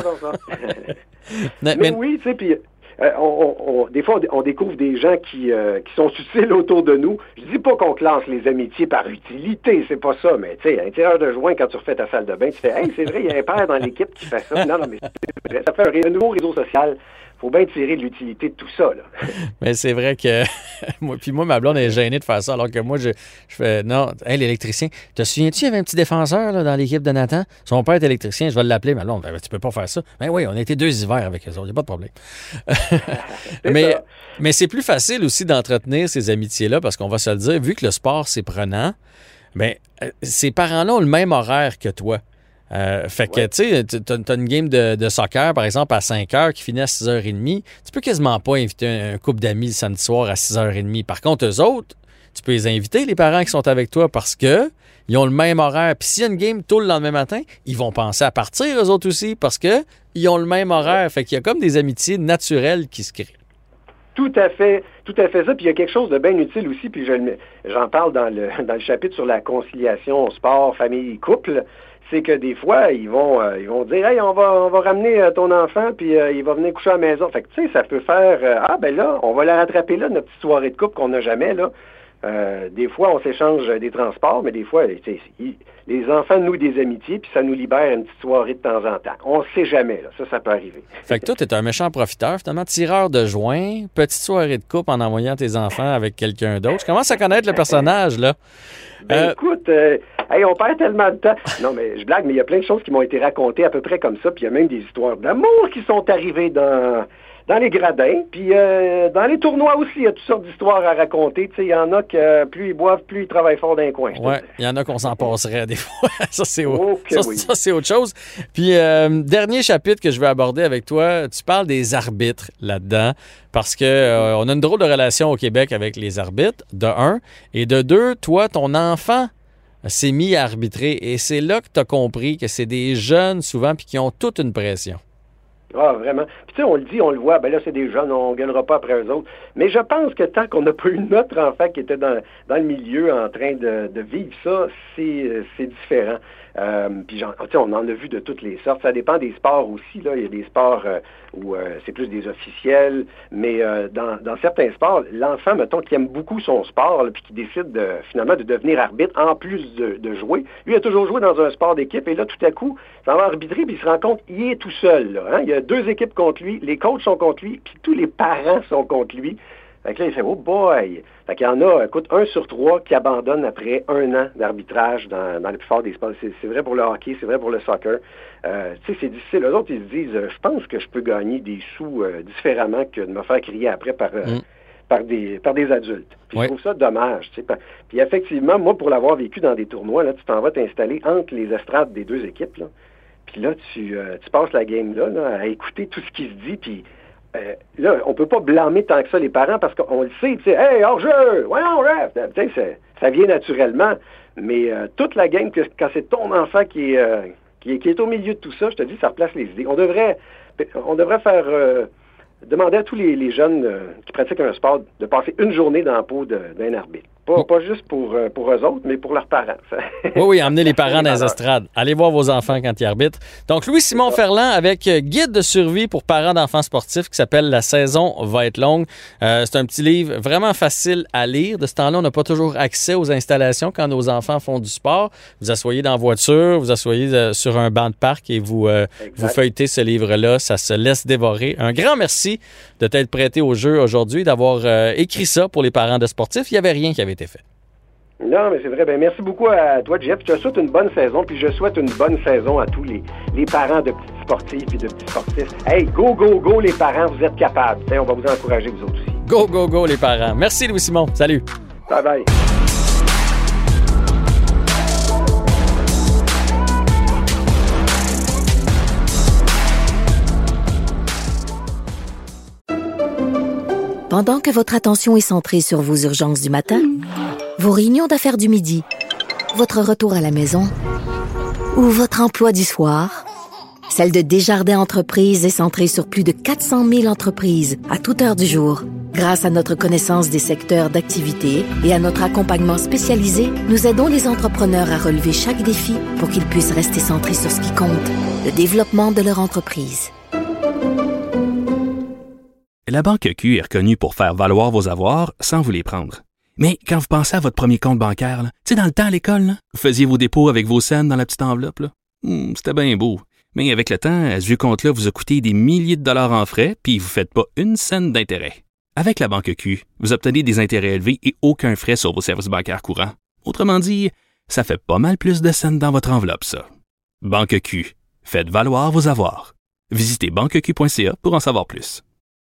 mais, mais oui, tu sais, puis... Euh, on, on, des fois, on, on découvre des gens qui, euh, qui sont utiles autour de nous. Je dis pas qu'on classe les amitiés par utilité, c'est pas ça, mais tu sais, un tireur de joint, quand tu refais ta salle de bain, tu fais « Hey, c'est vrai, il y a un père dans l'équipe qui fait ça. » Non, non, mais c'est vrai, ça fait un nouveau réseau social. Faut bien tirer de l'utilité de tout ça, là. Mais c'est vrai que... moi, puis moi, ma blonde est gênée de faire ça, alors que moi, je, je fais... Non, hey, l'électricien, te souviens-tu, il y avait un petit défenseur là, dans l'équipe de Nathan? Son père est électricien, je vais l'appeler. Ma blonde, ben, tu peux pas faire ça. Ben oui, on a été deux hivers avec eux autres, il n'y a pas de problème. mais, mais c'est plus facile aussi d'entretenir ces amitiés-là, parce qu'on va se le dire, vu que le sport, c'est prenant, ben, ces parents-là ont le même horaire que toi. Euh, fait que, ouais. tu sais, t'as, t'as une game de, de soccer, par exemple, à cinq heures qui finit à six heures trente. Tu peux quasiment pas inviter un, un couple d'amis le samedi soir à six heures trente. Par contre, eux autres, tu peux les inviter, les parents qui sont avec toi, parce que ils ont le même horaire. Puis s'il y a une game tôt le lendemain matin, ils vont penser à partir, eux autres aussi, parce que ils ont le même horaire. Fait qu'il y a comme des amitiés naturelles qui se créent. Tout à fait, tout à fait ça. Puis il y a quelque chose de bien utile aussi, puis je, j'en parle dans le, dans le chapitre sur la conciliation sport, famille, couple. C'est que des fois, ils vont euh, ils vont dire « Hey, on va on va ramener euh, ton enfant, puis euh, il va venir coucher à la maison. » Fait que, tu sais, ça peut faire euh, « Ah, ben là, on va la rattraper là, notre petite soirée de couple qu'on n'a jamais, là. » Euh, des fois, on s'échange des transports, mais des fois, les enfants nouent des amitiés, puis ça nous libère une petite soirée de temps en temps. On ne sait jamais, là. Ça, ça peut arriver. Fait que toi, t'es un méchant profiteur, finalement, tireur de joint, petite soirée de couple en envoyant tes enfants avec quelqu'un d'autre. Je commence à connaître le personnage, là. Ben, euh... écoute, euh, hey, on perd tellement de temps. Non, mais je blague, mais il y a plein de choses qui m'ont été racontées à peu près comme ça, puis il y a même des histoires d'amour qui sont arrivées dans... dans les gradins, puis euh, dans les tournois aussi, il y a toutes sortes d'histoires à raconter. Tu sais, il y en a que euh, plus ils boivent, plus ils travaillent fort dans les coins. Oui, il y en a qu'on s'en passerait des fois. ça, c'est autre, okay, ça, oui. ça, c'est autre chose. Puis, euh, dernier chapitre que je vais aborder avec toi, tu parles des arbitres là-dedans, parce que euh, on a une drôle de relation au Québec avec les arbitres, de un, et de deux, toi, ton enfant s'est mis à arbitrer, et c'est là que tu as compris que c'est des jeunes, souvent, puis qui ont toute une pression. Ah, vraiment. Puis tu sais, on le dit, on le voit, ben là, c'est des jeunes, on ne gueulera pas après eux autres. Mais je pense que tant qu'on n'a pas eu notre enfant qui était dans, dans le milieu en train de, de vivre ça, c'est, c'est différent. Euh, puis genre, tu sais, on en a vu de toutes les sortes. Ça dépend des sports aussi, là. Il y a des sports euh, où euh, c'est plus des officiels, mais euh, dans, dans certains sports, l'enfant, mettons, qui aime beaucoup son sport, là, puis qui décide de, finalement de devenir arbitre, en plus de, de jouer, lui a toujours joué dans un sport d'équipe, et là, tout à coup, ça va arbitrer, puis il se rend compte qu'il est tout seul, là, hein? Il y a deux équipes contre lui, les coachs sont contre lui, puis tous les parents sont contre lui. Fait que là, il fait « Oh boy! » Fait qu'il y en a, écoute, un sur trois qui abandonne après un an d'arbitrage dans, dans la plupart des sports. C'est, c'est vrai pour le hockey, c'est vrai pour le soccer. Euh, tu sais, c'est difficile. Eux autres, ils se disent « Je pense que je peux gagner des sous euh, différemment que de me faire crier après par, euh, mm. par, des, par des adultes. » Puis oui. Je trouve ça dommage. Tu sais. Puis effectivement, moi, pour l'avoir vécu dans des tournois, là, tu t'en vas t'installer entre les estrades des deux équipes. Là. Puis là, tu, euh, tu passes la game là, là à écouter tout ce qui se dit, puis Euh, là, on peut pas blâmer tant que ça les parents parce qu'on le sait, tu sais, hey, hors-jeu, voyons, ref, tu sais, ça vient naturellement, mais euh, toute la game, que, quand c'est ton enfant qui est, euh, qui est, qui est au milieu de tout ça, je te dis, ça replace les idées. On devrait, on devrait faire, euh, demander à tous les, les jeunes euh, qui pratiquent un sport de passer une journée dans la peau de, d'un arbitre. Pas, pas juste pour, euh, pour eux autres, mais pour leurs parents. Oui, oui, emmenez les parents dans les estrades. Allez voir vos enfants quand ils arbitrent. Donc, Louis-Simon Ferland avec Guide de survie pour parents d'enfants sportifs qui s'appelle « La saison va être longue euh, ». C'est un petit livre vraiment facile à lire. De ce temps-là, on n'a pas toujours accès aux installations quand nos enfants font du sport. Vous asseyez dans la voiture, vous asseyez euh, sur un banc de parc et vous, euh, vous feuilletez ce livre-là. Ça se laisse dévorer. Un grand merci de t'être prêté au jeu aujourd'hui, d'avoir euh, écrit ça pour les parents de sportifs. Il n'y avait rien qui avait été fait. Non, mais c'est vrai. Ben, merci beaucoup à toi, Jeff. Je te souhaite une bonne saison, puis je souhaite une bonne saison à tous les, les parents de petits sportifs et de petits sportifs. Hey, go, go, go, les parents, vous êtes capables. T'sais, on va vous encourager, vous autres aussi. Go, go, go, les parents. Merci, Louis-Simon. Salut. Bye bye. Pendant que votre attention est centrée sur vos urgences du matin, vos réunions d'affaires du midi, votre retour à la maison ou votre emploi du soir, celle de Desjardins Entreprises est centrée sur plus de quatre cent mille entreprises à toute heure du jour. Grâce à notre connaissance des secteurs d'activité et à notre accompagnement spécialisé, nous aidons les entrepreneurs à relever chaque défi pour qu'ils puissent rester centrés sur ce qui compte, le développement de leur entreprise. La Banque Q est reconnue pour faire valoir vos avoirs sans vous les prendre. Mais quand vous pensez à votre premier compte bancaire, tu sais, dans le temps à l'école, là, vous faisiez vos dépôts avec vos scènes dans la petite enveloppe. Là. Hum, c'était bien beau. Mais avec le temps, ce vieux compte-là vous a coûté des milliers de dollars en frais, puis vous ne faites pas une scène d'intérêt. Avec la Banque Q, vous obtenez des intérêts élevés et aucun frais sur vos services bancaires courants. Autrement dit, ça fait pas mal plus de scènes dans votre enveloppe, ça. Banque Q. Faites valoir vos avoirs. Visitez banque q point c a pour en savoir plus.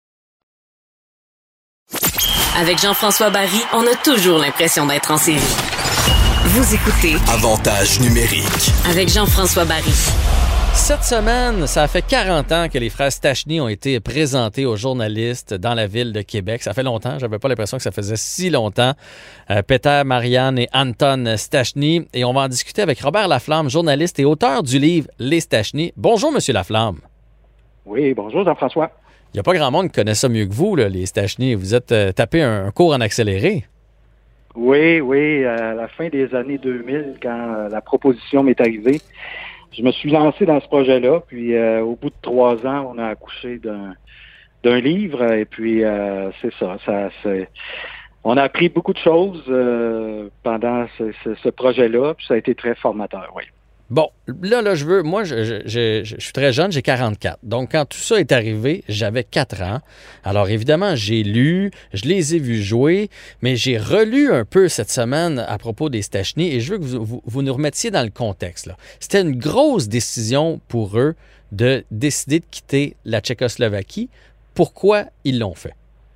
Avec Jean-François Barry, on a toujours l'impression d'être en série. Vous écoutez Avantage numérique avec Jean-François Barry. Cette semaine, ça fait quarante ans que les frères Stachny ont été présentés aux journalistes dans la ville de Québec. Ça fait longtemps, j'avais pas l'impression que ça faisait si longtemps. Euh, Peter, Marianne et Anton Stachny. Et on va en discuter avec Robert Laflamme, journaliste et auteur du livre Les Stachny. Bonjour, Monsieur Laflamme. Oui, bonjour Jean-François. Il n'y a pas grand monde qui connaît ça mieux que vous, là, les Stachny. Vous êtes euh, tapé un, un cours en accéléré. Oui, oui. À la fin des années deux mille, quand euh, la proposition m'est arrivée, je me suis lancé dans ce projet-là. Puis euh, au bout de trois ans, on a accouché d'un, d'un livre. Et puis euh, c'est ça. ça c'est... On a appris beaucoup de choses euh, pendant ce, ce, ce projet-là. Puis ça a été très formateur, oui. Bon, là, là, je veux... Moi, je, je, je, je suis très jeune, j'ai quarante-quatre. Donc, quand tout ça est arrivé, j'avais quatre ans. Alors, évidemment, j'ai lu, je les ai vus jouer, mais j'ai relu un peu cette semaine à propos des Stachny et je veux que vous, vous, vous nous remettiez dans le contexte, là. C'était une grosse décision pour eux de décider de quitter la Tchécoslovaquie. Pourquoi ils l'ont fait?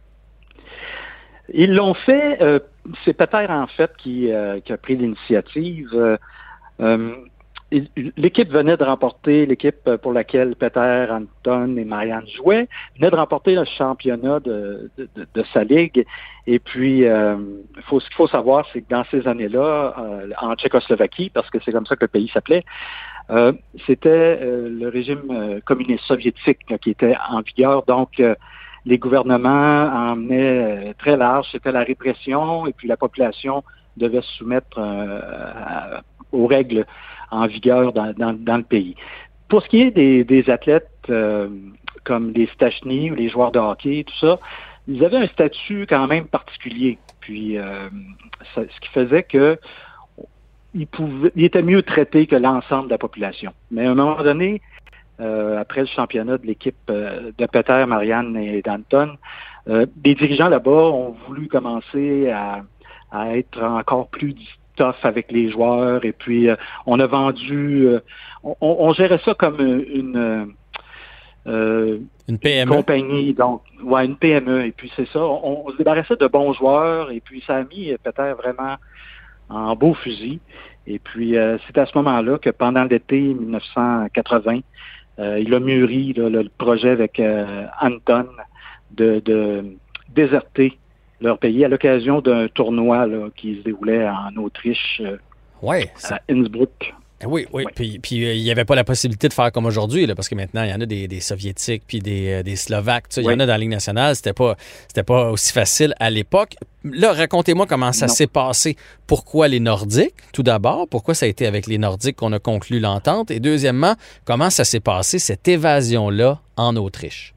Ils l'ont fait, euh, c'est Peter en fait qui, euh, qui a pris l'initiative. Euh, euh, l'équipe venait de remporter, l'équipe pour laquelle Peter, Anton et Marianne jouaient, venait de remporter le championnat de, de, de, de sa ligue. Et puis, euh, faut, ce qu'il faut savoir, c'est que dans ces années-là, euh, en Tchécoslovaquie, parce que c'est comme ça que le pays s'appelait, euh, c'était euh, le régime euh, communiste soviétique là, qui était en vigueur. Donc, euh, les gouvernements emmenaient euh, très large, c'était la répression, et puis la population devait se soumettre euh, à, aux règles en vigueur dans, dans, dans le pays. Pour ce qui est des, des athlètes euh, comme les Stachny ou les joueurs de hockey, tout ça, ils avaient un statut quand même particulier. Puis, euh, ça, ce qui faisait que ils pouvaient, ils étaient mieux traités que l'ensemble de la population. Mais à un moment donné, euh, après le championnat de l'équipe euh, de Peter, Marianne et d'Anton, euh, des dirigeants là-bas ont voulu commencer à, à être encore plus tough avec les joueurs. Et puis, euh, on a vendu... Euh, on, on gérait ça comme une... Euh, une P M E. Une compagnie, donc, ouais, une P M E. Et puis, c'est ça. On, on se débarrassait de bons joueurs. Et puis, ça a mis Peter vraiment en beau fusil. Et puis, euh, c'est à ce moment-là que pendant l'été dix-neuf cent quatre-vingts, euh, il a mûri là, le projet avec euh, Anton de, de déserter leur pays à l'occasion d'un tournoi là, qui se déroulait en Autriche, euh, ouais, à Innsbruck. Oui, oui. Ouais. Puis, puis il n'y avait pas la possibilité de faire comme aujourd'hui, là, parce que maintenant, il y en a des, des Soviétiques puis des, des Slovaques. Il y ouais. en a dans la Ligue nationale. C'était pas, c'était pas aussi facile à l'époque. Là, racontez-moi comment ça non. s'est passé. Pourquoi les Nordiques, tout d'abord? Pourquoi ça a été avec les Nordiques qu'on a conclu l'entente? Et deuxièmement, comment ça s'est passé, cette évasion-là, en Autriche?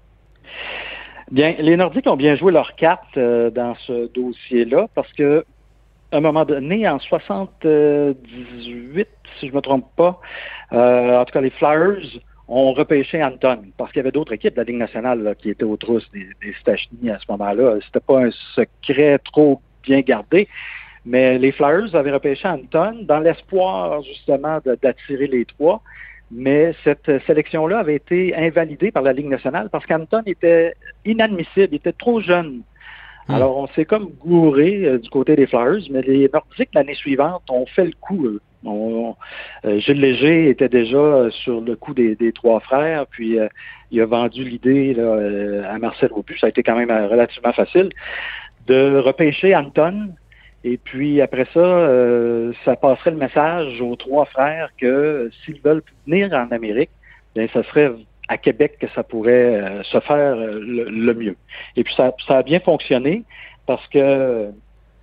Bien, les Nordiques ont bien joué leur carte euh, dans ce dossier-là parce que à un moment donné, en soixante-dix-huit, si je ne me trompe pas, euh, en tout cas, les Flyers ont repêché Anton parce qu'il y avait d'autres équipes de la Ligue nationale là, qui étaient aux trousses des, des Stachny à ce moment-là. C'était pas un secret trop bien gardé, mais les Flyers avaient repêché Anton dans l'espoir, justement, de, d'attirer les trois. Mais cette sélection-là avait été invalidée par la Ligue nationale parce qu'Anton était inadmissible, il était trop jeune. Alors, on s'est comme gouré euh, du côté des Flyers, mais les Nordiques, l'année suivante, ont fait le coup. Eux. On, euh, Gilles Léger était déjà euh, sur le coup des, des trois frères, puis euh, il a vendu l'idée là, euh, à Marcel Aubu. Ça a été quand même euh, relativement facile de repêcher Anton. Et puis, après ça, euh, ça passerait le message aux trois frères que euh, s'ils veulent venir en Amérique, bien, ça serait à Québec que ça pourrait euh, se faire euh, le, le mieux. Et puis ça, ça a bien fonctionné parce que euh,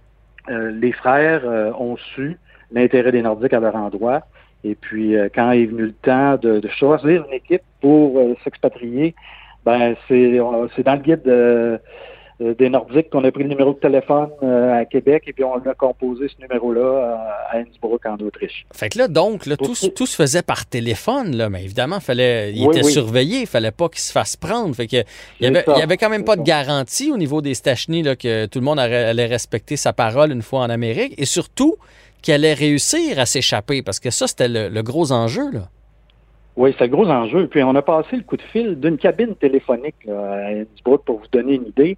les frères euh, ont su l'intérêt des Nordiques à leur endroit. Et puis euh, quand est venu le temps de, de choisir une équipe pour euh, s'expatrier, ben c'est, on, c'est dans le guide de, euh, des Nordiques qu'on a pris le numéro de téléphone euh, à Québec et puis on a composé ce numéro-là euh, à Innsbruck en Autriche. Fait que là, donc, là, tout, tout se faisait par téléphone, là, mais évidemment, fallait, il oui, était oui. surveillé, il fallait pas qu'il se fasse prendre. Fait que, il y avait, il y avait quand même pas de garantie au niveau des Stachny là, que tout le monde allait respecter sa parole une fois en Amérique et surtout qu'il allait réussir à s'échapper parce que ça, c'était le, le gros enjeu, là. Oui, c'est le gros enjeu. Puis on a passé le coup de fil d'une cabine téléphonique là, à Innsbruck pour vous donner une idée.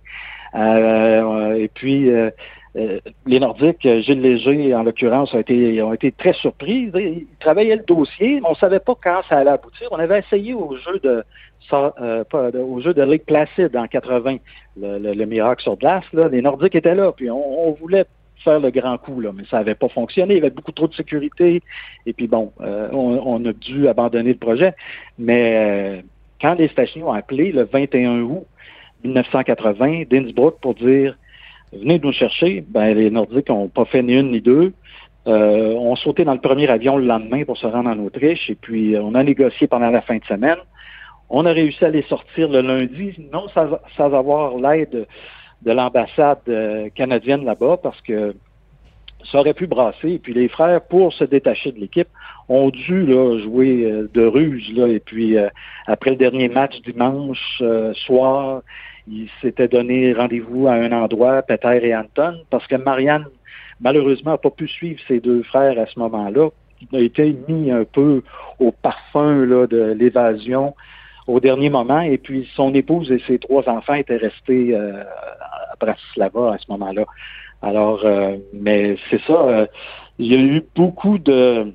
Euh, et puis euh, euh, les Nordiques, Gilles Léger en l'occurrence, ont été, ont été très surpris. Ils travaillaient le dossier, mais on ne savait pas quand ça allait aboutir. On avait essayé au jeu de euh, pas, au jeu de Lake Placid en quatre-vingts, le, le, le miracle sur glace. Là. Les Nordiques étaient là, puis on, on voulait faire le grand coup, là, mais ça n'avait pas fonctionné. Il y avait beaucoup trop de sécurité. Et puis bon, euh, on, on a dû abandonner le projet. Mais euh, quand les Stachny ont appelé le vingt et un août dix-neuf cent quatre-vingts d'Innsbruck pour dire « Venez nous chercher », ben les Nordiques n'ont pas fait ni une ni deux. Euh, on sauté dans le premier avion le lendemain pour se rendre en Autriche. Et puis, on a négocié pendant la fin de semaine. On a réussi à les sortir le lundi, non sans, sans avoir l'aide de l'ambassade euh, canadienne là-bas parce que ça aurait pu brasser. Et puis les frères, pour se détacher de l'équipe, ont dû là, jouer euh, de ruse. Là. Et puis euh, après le dernier match dimanche euh, soir, ils s'étaient donné rendez-vous à un endroit, Peter et Anton, parce que Marianne, malheureusement, n'a pas pu suivre ses deux frères à ce moment-là. Il a été mis un peu au parfum là, de l'évasion au dernier moment. Et puis, son épouse et ses trois enfants étaient restés euh, à Bratislava à ce moment-là. Alors, euh, mais c'est ça, euh, il y a eu beaucoup de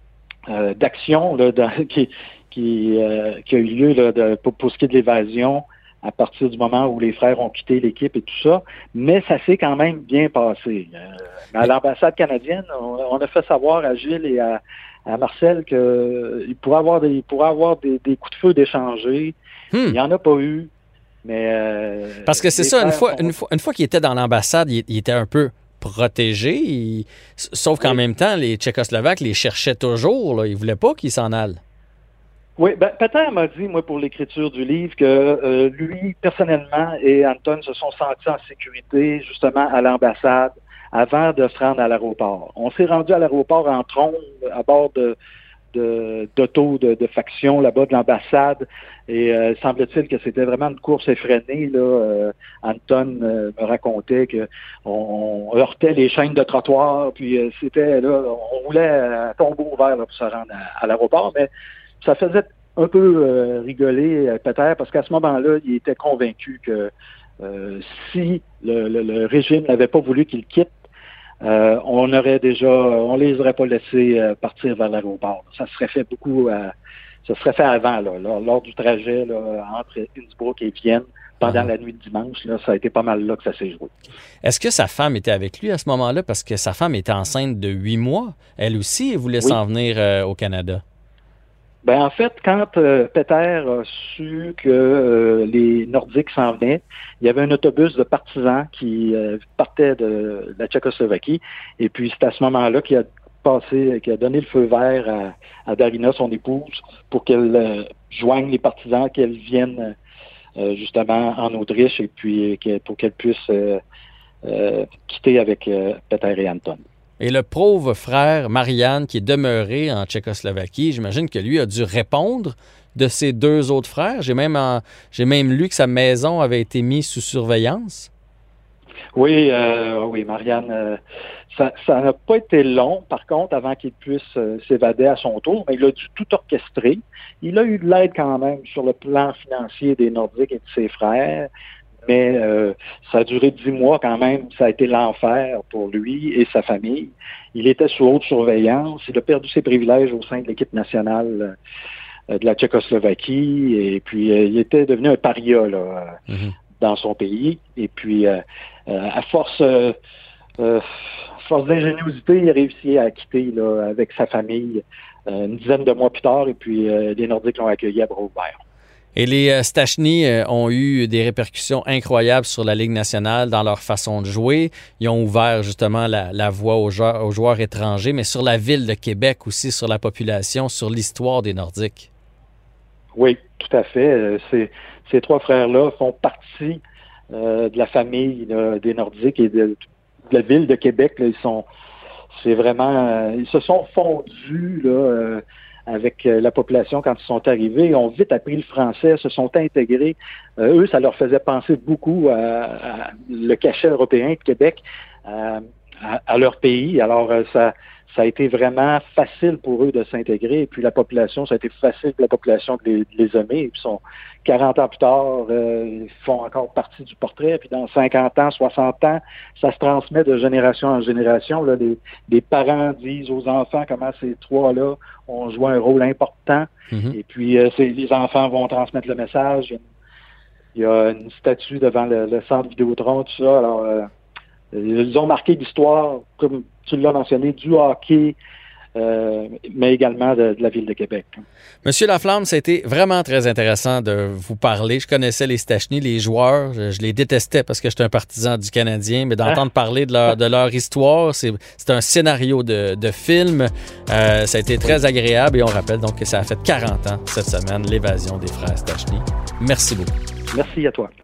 euh, d'actions là, dans, qui, qui, euh, qui a eu lieu là, de, pour, pour ce qui est de l'évasion à partir du moment où les frères ont quitté l'équipe et tout ça, mais ça s'est quand même bien passé. Euh, à l'ambassade canadienne, on, on a fait savoir à Gilles et à, à Marcel qu'il pourrait avoir des, il pourrait avoir des, des coups de feu d'échanger. Hmm. Il n'y en a pas eu. Mais euh, Parce que c'est ça, une fois, sont... une fois, une fois qu'il était dans l'ambassade, il, il était un peu protégé, il, sauf qu'en oui. même temps, les Tchécoslovaques les cherchaient toujours, là, ils ne voulaient pas qu'ils s'en allent. Oui, ben, Peter m'a dit, moi, pour l'écriture du livre, que euh, lui, personnellement, et Anton se sont sentis en sécurité, justement, à l'ambassade, avant de se rendre à l'aéroport. On s'est rendu à l'aéroport en trombe, à bord de, de, d'auto de, de faction, là-bas, de l'ambassade, et euh, semble-t-il que c'était vraiment une course effrénée, là. Euh, Anton euh, me racontait que on, on heurtait les chaînes de trottoir, puis euh, c'était, là, on roulait à tombeau ouvert, là, pour se rendre à, à l'aéroport, mais ça faisait un peu euh, rigoler euh, Peter, parce qu'à ce moment-là, il était convaincu que euh, si le, le, le régime n'avait pas voulu qu'il quitte, euh, on aurait déjà, on les aurait pas laissés euh, partir vers l'aéroport. Ça serait fait beaucoup, euh, ça serait fait avant, là, là, lors du trajet là, entre Innsbruck et Vienne, pendant uh-huh. la nuit de dimanche, là, ça a été pas mal là que ça s'est joué. Est-ce que sa femme était avec lui à ce moment-là? Parce que sa femme était enceinte de huit mois. Elle aussi, elle voulait oui. s'en venir euh, au Canada. Ben en fait, quand euh, Peter a su que euh, les Nordiques s'en venaient, il y avait un autobus de partisans qui euh, partait de, de la Tchécoslovaquie, et puis c'est à ce moment-là qu'il a passé, qu'il a donné le feu vert à, à Darina, son épouse, pour qu'elle euh, joigne les partisans, qu'elle vienne euh, justement en Autriche, et puis euh, pour qu'elle puisse euh, euh, quitter avec euh, Peter et Anton. Et le pauvre frère Marian, qui est demeuré en Tchécoslovaquie, j'imagine que lui a dû répondre de ses deux autres frères. J'ai même, en, j'ai même lu que sa maison avait été mise sous surveillance. Oui, euh, oui, Marian, euh, ça, ça n'a pas été long, par contre, avant qu'il puisse euh, s'évader à son tour, mais il a dû tout orchestrer. Il a eu de l'aide quand même sur le plan financier des Nordiques et de ses frères. Mais euh, ça a duré dix mois quand même. Ça a été l'enfer pour lui et sa famille. Il était sous haute surveillance. Il a perdu ses privilèges au sein de l'équipe nationale euh, de la Tchécoslovaquie. Et puis, euh, il était devenu un paria là, mm-hmm. dans son pays. Et puis, euh, euh, à force, euh, euh, force d'ingéniosité, il a réussi à quitter là, avec sa famille euh, une dizaine de mois plus tard. Et puis, euh, les Nordiques l'ont accueilli à bras ouverts. Et les euh, Stachny euh, ont eu des répercussions incroyables sur la Ligue nationale dans leur façon de jouer. Ils ont ouvert justement la, la voie aux joueurs, aux joueurs étrangers, mais sur la ville de Québec aussi, sur la population, sur l'histoire des Nordiques. Oui, tout à fait. Ces, ces trois frères-là font partie euh, de la famille là, des Nordiques et de, de la ville de Québec. Là, ils sont, c'est vraiment, euh, ils se sont fondus là. Euh, avec la population quand ils sont arrivés. Ils ont vite appris le français, se sont intégrés. Euh, eux, ça leur faisait penser beaucoup à, à le cachet européen de Québec, à, à, à leur pays. Alors, ça, ça a été vraiment facile pour eux de s'intégrer. Et puis, la population, ça a été facile pour la population de les, de les aimer. Et puis, sont quarante ans plus tard, euh, ils font encore partie du portrait. Puis, dans cinquante ans, soixante ans, ça se transmet de génération en génération. Là, les, les parents disent aux enfants comment ces trois-là ont joué un rôle important. Mm-hmm. Et puis, euh, c'est, les enfants vont transmettre le message. Il y a une statue devant le, le centre Vidéotron, tout ça. Alors, euh, ils ont marqué l'histoire, comme tu l'as mentionné, du hockey, euh, mais également de, de la ville de Québec. Monsieur Laflamme, ça a été vraiment très intéressant de vous parler. Je connaissais les Stachny, les joueurs, je, je les détestais parce que j'étais un partisan du Canadien, mais d'entendre ah. parler de leur, de leur histoire, c'est, c'est un scénario de, de film. Euh, ça a été très agréable et on rappelle donc que ça a fait quarante ans cette semaine, l'évasion des frères Stachny. Merci beaucoup. Merci à toi.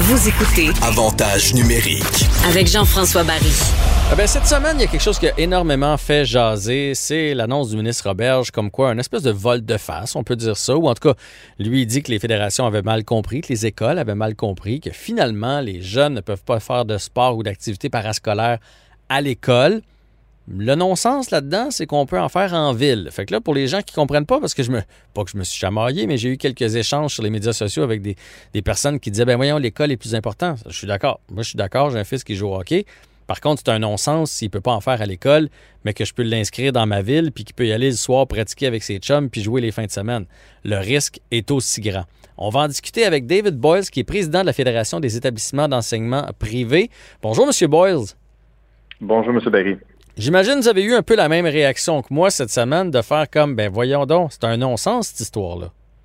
Vous écoutez Avantage numérique avec Jean-François Barry. Eh bien, cette semaine, il y a quelque chose qui a énormément fait jaser. C'est l'annonce du ministre Roberge, comme quoi un espèce de vol de face, on peut dire ça. Ou en tout cas, lui, il dit que les fédérations avaient mal compris, que les écoles avaient mal compris, que finalement, les jeunes ne peuvent pas faire de sport ou d'activité parascolaire à l'école. Le non-sens là-dedans, c'est qu'on peut en faire en ville. Fait que là, pour les gens qui ne comprennent pas, parce que je me... Pas que je me suis chamaillé, mais j'ai eu quelques échanges sur les médias sociaux avec des, des personnes qui disaient « Ben voyons, l'école est plus important. » Je suis d'accord. Moi, je suis d'accord. J'ai un fils qui joue au hockey. Par contre, c'est un non-sens s'il ne peut pas en faire à l'école, mais que je peux l'inscrire dans ma ville puis qu'il peut y aller le soir pratiquer avec ses chums puis jouer les fins de semaine. Le risque est aussi grand. On va en discuter avec David Boyles, qui est président de la Fédération des établissements d'enseignement privés. Bonjour, M. Boyles. Bonjour, M. Barry. J'imagine que vous avez eu un peu la même réaction que moi cette semaine de faire comme, ben voyons donc, c'est un non-sens cette histoire-là.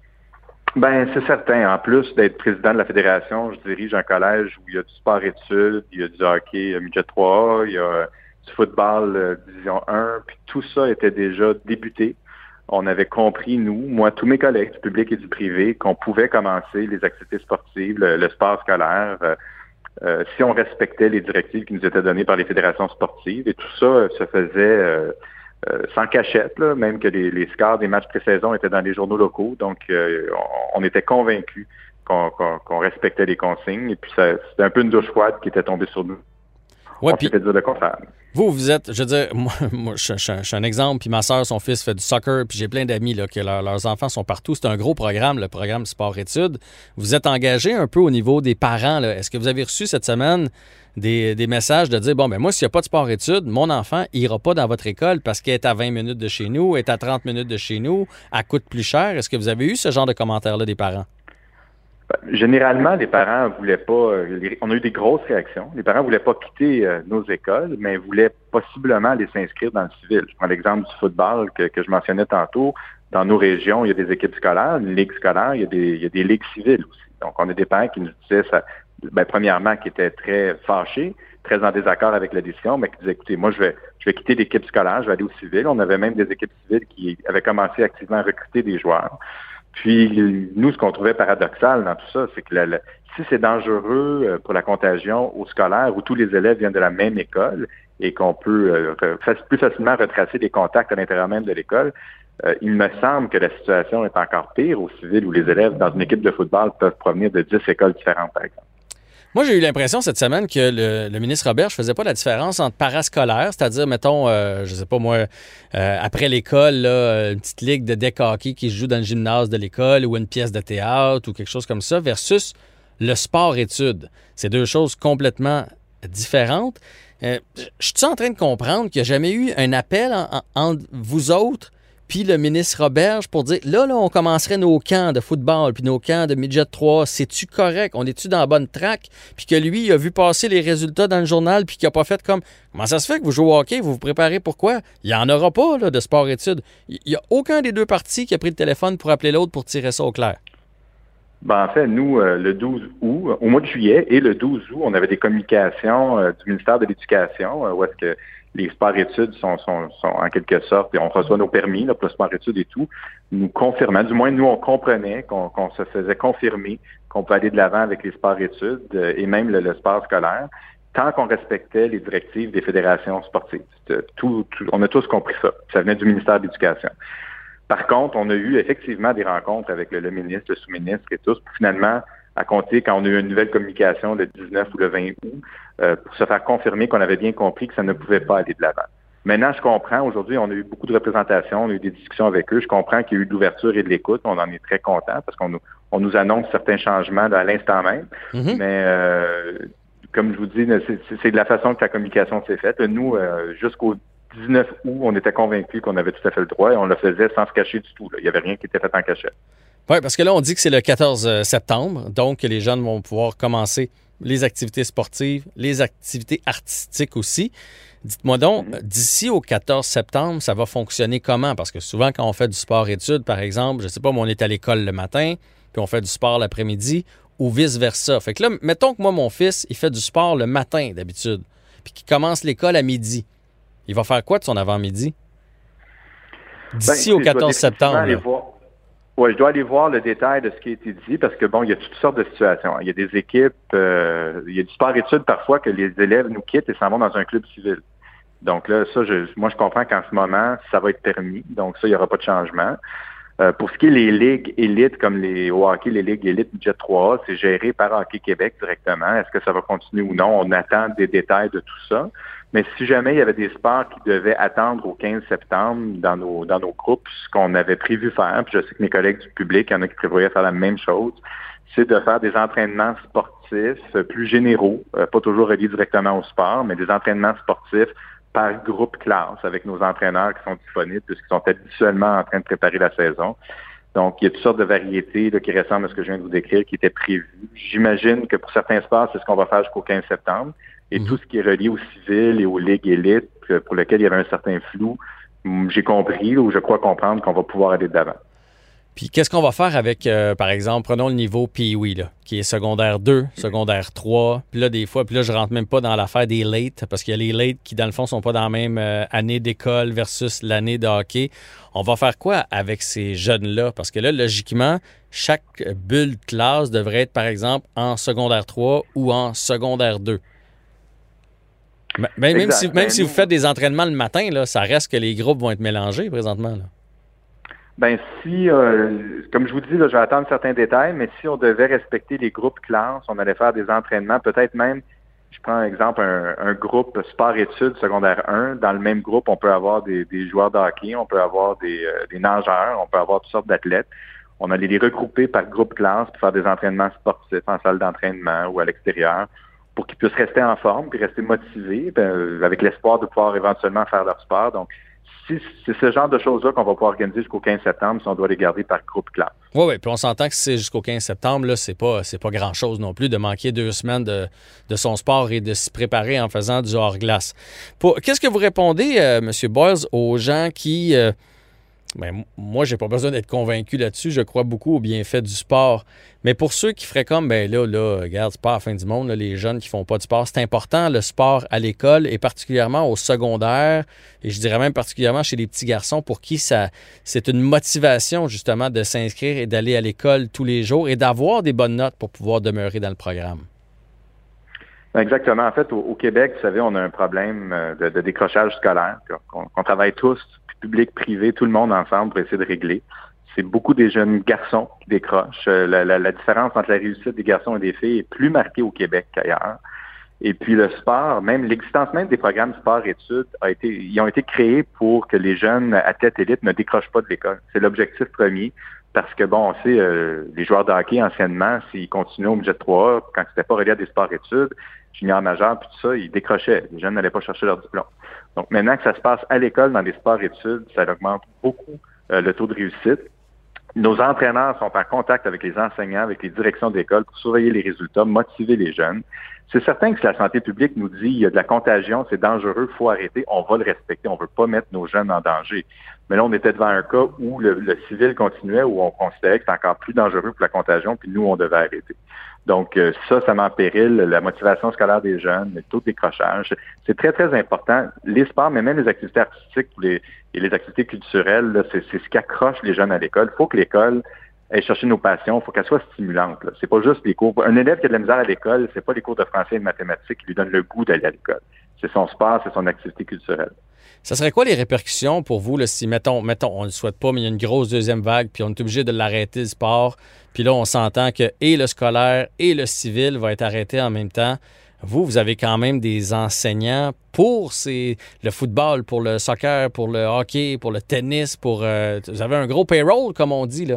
Ben c'est certain. En plus d'être président de la fédération, je dirige un collège où il y a du sport-études, il y a du hockey midget trois A, il y a du football euh, division un, puis tout ça était déjà débuté. On avait compris, nous, moi, tous mes collègues du public et du privé, qu'on pouvait commencer les activités sportives, le, le sport scolaire, euh, euh, si on respectait les directives qui nous étaient données par les fédérations sportives. Et tout ça euh, se faisait euh, euh, sans cachette, là, même que les, les scores des matchs pré-saison étaient dans les journaux locaux. Donc, euh, on, on était convaincus qu'on, qu'on, qu'on respectait les consignes. Et puis, ça, c'était un peu une douche froide qui était tombée sur nous. Ouais, on puis s'était dit le contraire. Vous, vous êtes, je veux dire, moi, moi je, je, je suis un exemple, puis ma soeur, son fils fait du soccer, puis j'ai plein d'amis là, que leur, leurs enfants sont partout. C'est un gros programme, le programme sport-études. Vous êtes engagé un peu au niveau des parents, là. Est-ce que vous avez reçu cette semaine des, des messages de dire, bon, ben moi, s'il n'y a pas de sport-études, mon enfant ira pas dans votre école parce qu'elle est à vingt minutes de chez nous, elle est à trente minutes de chez nous, elle coûte plus cher. Est-ce que vous avez eu ce genre de commentaires-là des parents? Généralement, les parents voulaient pas... Euh, on a eu des grosses réactions. Les parents voulaient pas quitter euh, nos écoles, mais voulaient possiblement aller s'inscrire dans le civil. Je prends l'exemple du football que, que je mentionnais tantôt. Dans nos régions, il y a des équipes scolaires, une ligue scolaire, il y a des, il y a des ligues civiles aussi. Donc, on a des parents qui nous disaient, ça, ben, premièrement, qui étaient très fâchés, très en désaccord avec la décision, mais qui disaient, écoutez, moi, je vais, je vais quitter l'équipe scolaire, je vais aller au civil. On avait même des équipes civiles qui avaient commencé activement à recruter des joueurs. Puis, nous, ce qu'on trouvait paradoxal dans tout ça, c'est que la, la, si c'est dangereux pour la contagion au scolaire, où tous les élèves viennent de la même école et qu'on peut euh, plus facilement retracer des contacts à l'intérieur même de l'école, euh, il me semble que la situation est encore pire au civil, où les élèves dans une équipe de football peuvent provenir de dix écoles différentes, par exemple. Moi, j'ai eu l'impression cette semaine que le, le ministre Roberge ne faisait pas la différence entre parascolaire, c'est-à-dire, mettons, euh, je sais pas moi, euh, après l'école, là, une petite ligue de deck hockey qui se joue dans le gymnase de l'école ou une pièce de théâtre ou quelque chose comme ça, versus le sport-études. C'est deux choses complètement différentes. Euh, je suis en train de comprendre qu'il n'y a jamais eu un appel en, en, entre vous autres puis le ministre Roberge pour dire, là, là, on commencerait nos camps de football, puis nos camps de midget trois, c'est-tu correct? On est-tu dans la bonne track? Puis que lui, il a vu passer les résultats dans le journal, puis qu'il n'a pas fait comme, comment ça se fait que vous jouez au hockey, vous vous préparez pourquoi? Il n'y en aura pas, là, de sport-études. Il n'y a aucun des deux partis qui a pris le téléphone pour appeler l'autre pour tirer ça au clair. Ben, en fait, nous, euh, le douze août, au mois de juillet et le douze août, on avait des communications euh, du ministère de l'Éducation, euh, où est-ce que les sports-études sont, sont, sont en quelque sorte, et on reçoit nos permis là, pour le sport-études et tout, nous confirmant, du moins nous on comprenait qu'on, qu'on se faisait confirmer qu'on peut aller de l'avant avec les sports-études euh, et même le, le sport scolaire, tant qu'on respectait les directives des fédérations sportives. Tout, tout, on a tous compris ça. Ça venait du ministère de l'Éducation. Par contre, on a eu effectivement des rencontres avec le, le ministre, le sous-ministre et tous, pour finalement, à compter quand on a eu une nouvelle communication le dix-neuf ou le vingt août, euh, pour se faire confirmer qu'on avait bien compris que ça ne pouvait pas aller de l'avant. Maintenant, je comprends, aujourd'hui, on a eu beaucoup de représentations, on a eu des discussions avec eux, je comprends qu'il y a eu de l'ouverture et de l'écoute, on en est très content parce qu'on nous, on nous annonce certains changements là, à l'instant même, mm-hmm. mais euh, comme je vous dis, c'est, c'est de la façon que la communication s'est faite. Nous, euh, jusqu'au dix-neuf août, on était convaincus qu'on avait tout à fait le droit et on le faisait sans se cacher du tout. Là. Il n'y avait rien qui était fait en cachette. Oui, parce que là, on dit que c'est le quatorze septembre, donc les jeunes vont pouvoir commencer les activités sportives, les activités artistiques aussi. Dites-moi donc, mm-hmm. d'ici au quatorze septembre, ça va fonctionner comment? Parce que souvent, quand on fait du sport-études, par exemple, je ne sais pas, mais on est à l'école le matin, puis on fait du sport l'après-midi, ou vice-versa. Fait que là, mettons que moi, mon fils, il fait du sport le matin, d'habitude, puis qu'il commence l'école à midi. Il va faire quoi de son avant-midi? D'ici ben, au quatorze septembre. Oui, je dois aller voir le détail de ce qui a été dit parce que, bon, il y a toutes sortes de situations. Il y a des équipes, euh, il y a du sport-études parfois que les élèves nous quittent et s'en vont dans un club civil. Donc là, ça, je, moi, je comprends qu'en ce moment, ça va être permis. Donc ça, il n'y aura pas de changement. Euh, pour ce qui est des ligues élites, comme les au hockey, les ligues élites budget trois A, c'est géré par Hockey Québec directement. Est-ce que ça va continuer ou non? On attend des détails de tout ça. Mais si jamais il y avait des sports qui devaient attendre au quinze septembre dans nos dans nos groupes, ce qu'on avait prévu faire, puis je sais que mes collègues du public, il y en a qui prévoyaient faire la même chose, c'est de faire des entraînements sportifs plus généraux, euh, pas toujours reliés directement au sport, mais des entraînements sportifs par groupe classe avec nos entraîneurs qui sont disponibles puisqu'ils sont habituellement en train de préparer la saison. Donc, il y a toutes sortes de variétés là, qui ressemblent à ce que je viens de vous décrire, qui étaient prévues. J'imagine que pour certains sports, c'est ce qu'on va faire jusqu'au quinze septembre. Et mmh. tout ce qui est relié aux civils et aux ligues élites, pour lesquelles il y avait un certain flou, j'ai compris ou je crois comprendre qu'on va pouvoir aller de l'avant. Puis qu'est-ce qu'on va faire avec, euh, par exemple, prenons le niveau Pee-Wee, là, qui est secondaire deux, secondaire trois, puis là, des fois, puis là, je rentre même pas dans l'affaire des late, parce qu'il y a les late qui, dans le fond, sont pas dans la même euh, année d'école versus l'année de hockey. On va faire quoi avec ces jeunes-là? Parce que là, logiquement, chaque bulle de classe devrait être, par exemple, en secondaire trois ou en secondaire deux. Mais, même, si, même si vous faites des entraînements le matin, là, ça reste que les groupes vont être mélangés présentement, là. Ben si, euh, comme je vous dis, là, je vais attendre certains détails, mais si on devait respecter les groupes classes, on allait faire des entraînements, peut-être même, je prends un exemple, un, un groupe sport-études secondaire un. Dans le même groupe, on peut avoir des, des joueurs de hockey, on peut avoir des, euh, des nageurs, on peut avoir toutes sortes d'athlètes. On allait les regrouper par groupe classe pour faire des entraînements sportifs en salle d'entraînement ou à l'extérieur pour qu'ils puissent rester en forme puis rester motivés, ben, avec l'espoir de pouvoir éventuellement faire leur sport. Donc, si c'est ce genre de choses-là qu'on va pouvoir organiser jusqu'au quinze septembre, si on doit les garder par groupe classe. Oui, oui, puis on s'entend que si c'est jusqu'au quinze septembre, là, c'est pas, c'est pas grand-chose non plus de manquer deux semaines de, de son sport et de s'y préparer en faisant du hors-glace. Pour, qu'est-ce que vous répondez, euh, M. Boyles, aux gens qui... Euh, ben, moi, j'ai pas besoin d'être convaincu là-dessus. Je crois beaucoup au bienfait du sport. Mais pour ceux qui feraient comme, ben là, là, regarde, c'est pas la fin du monde, là, les jeunes qui font pas de sport, c'est important, le sport à l'école et particulièrement au secondaire, et je dirais même particulièrement chez les petits garçons pour qui ça, c'est une motivation, justement, de s'inscrire et d'aller à l'école tous les jours et d'avoir des bonnes notes pour pouvoir demeurer dans le programme. Exactement. En fait, au, au Québec, vous savez, on a un problème de, de décrochage scolaire, qu'on, qu'on travaille tous, public, privé, tout le monde ensemble pour essayer de régler. C'est beaucoup des jeunes garçons qui décrochent. La, la, la différence entre la réussite des garçons et des filles est plus marquée au Québec qu'ailleurs. Et puis le sport, même l'existence même des programmes sport-études, a été, ils ont été créés pour que les jeunes athlètes élites ne décrochent pas de l'école. C'est l'objectif premier. Parce que, bon, on sait, euh, les joueurs de hockey, anciennement, s'ils continuaient au budget trois A, quand c'était pas relié à des sports-études, junior majeur, puis tout ça, ils décrochaient. Les jeunes n'allaient pas chercher leur diplôme. Donc, maintenant que ça se passe à l'école, dans des sports-études, ça augmente beaucoup euh, le taux de réussite. Nos entraîneurs sont en contact avec les enseignants, avec les directions d'école pour surveiller les résultats, motiver les jeunes. C'est certain que si la santé publique nous dit il y a de la contagion, c'est dangereux, il faut arrêter, on va le respecter, on veut pas mettre nos jeunes en danger. Mais là, on était devant un cas où le, le civil continuait, où on considérait que c'était encore plus dangereux pour la contagion, puis nous, on devait arrêter. Donc, euh, ça, ça met en péril la motivation scolaire des jeunes, le taux de décrochage. C'est très, très important. Les sports, mais même les activités artistiques les, et les activités culturelles, là, c'est, c'est ce qui accroche les jeunes à l'école. Il faut que l'école aille chercher nos passions. Il faut qu'elle soit stimulante. Là. C'est pas juste les cours. Un élève qui a de la misère à l'école, c'est pas les cours de français et de mathématiques qui lui donnent le goût d'aller à l'école. C'est son sport, c'est son activité culturelle. Ça serait quoi les répercussions pour vous, là, si, mettons, mettons, on ne le souhaite pas, mais il y a une grosse deuxième vague, puis on est obligé de l'arrêter, le sport, puis là, on s'entend que et le scolaire et le civil va être arrêté en même temps. Vous, vous avez quand même des enseignants pour ces, le football, pour le soccer, pour le hockey, pour le tennis, pour... Euh, vous avez un gros payroll, comme on dit, là.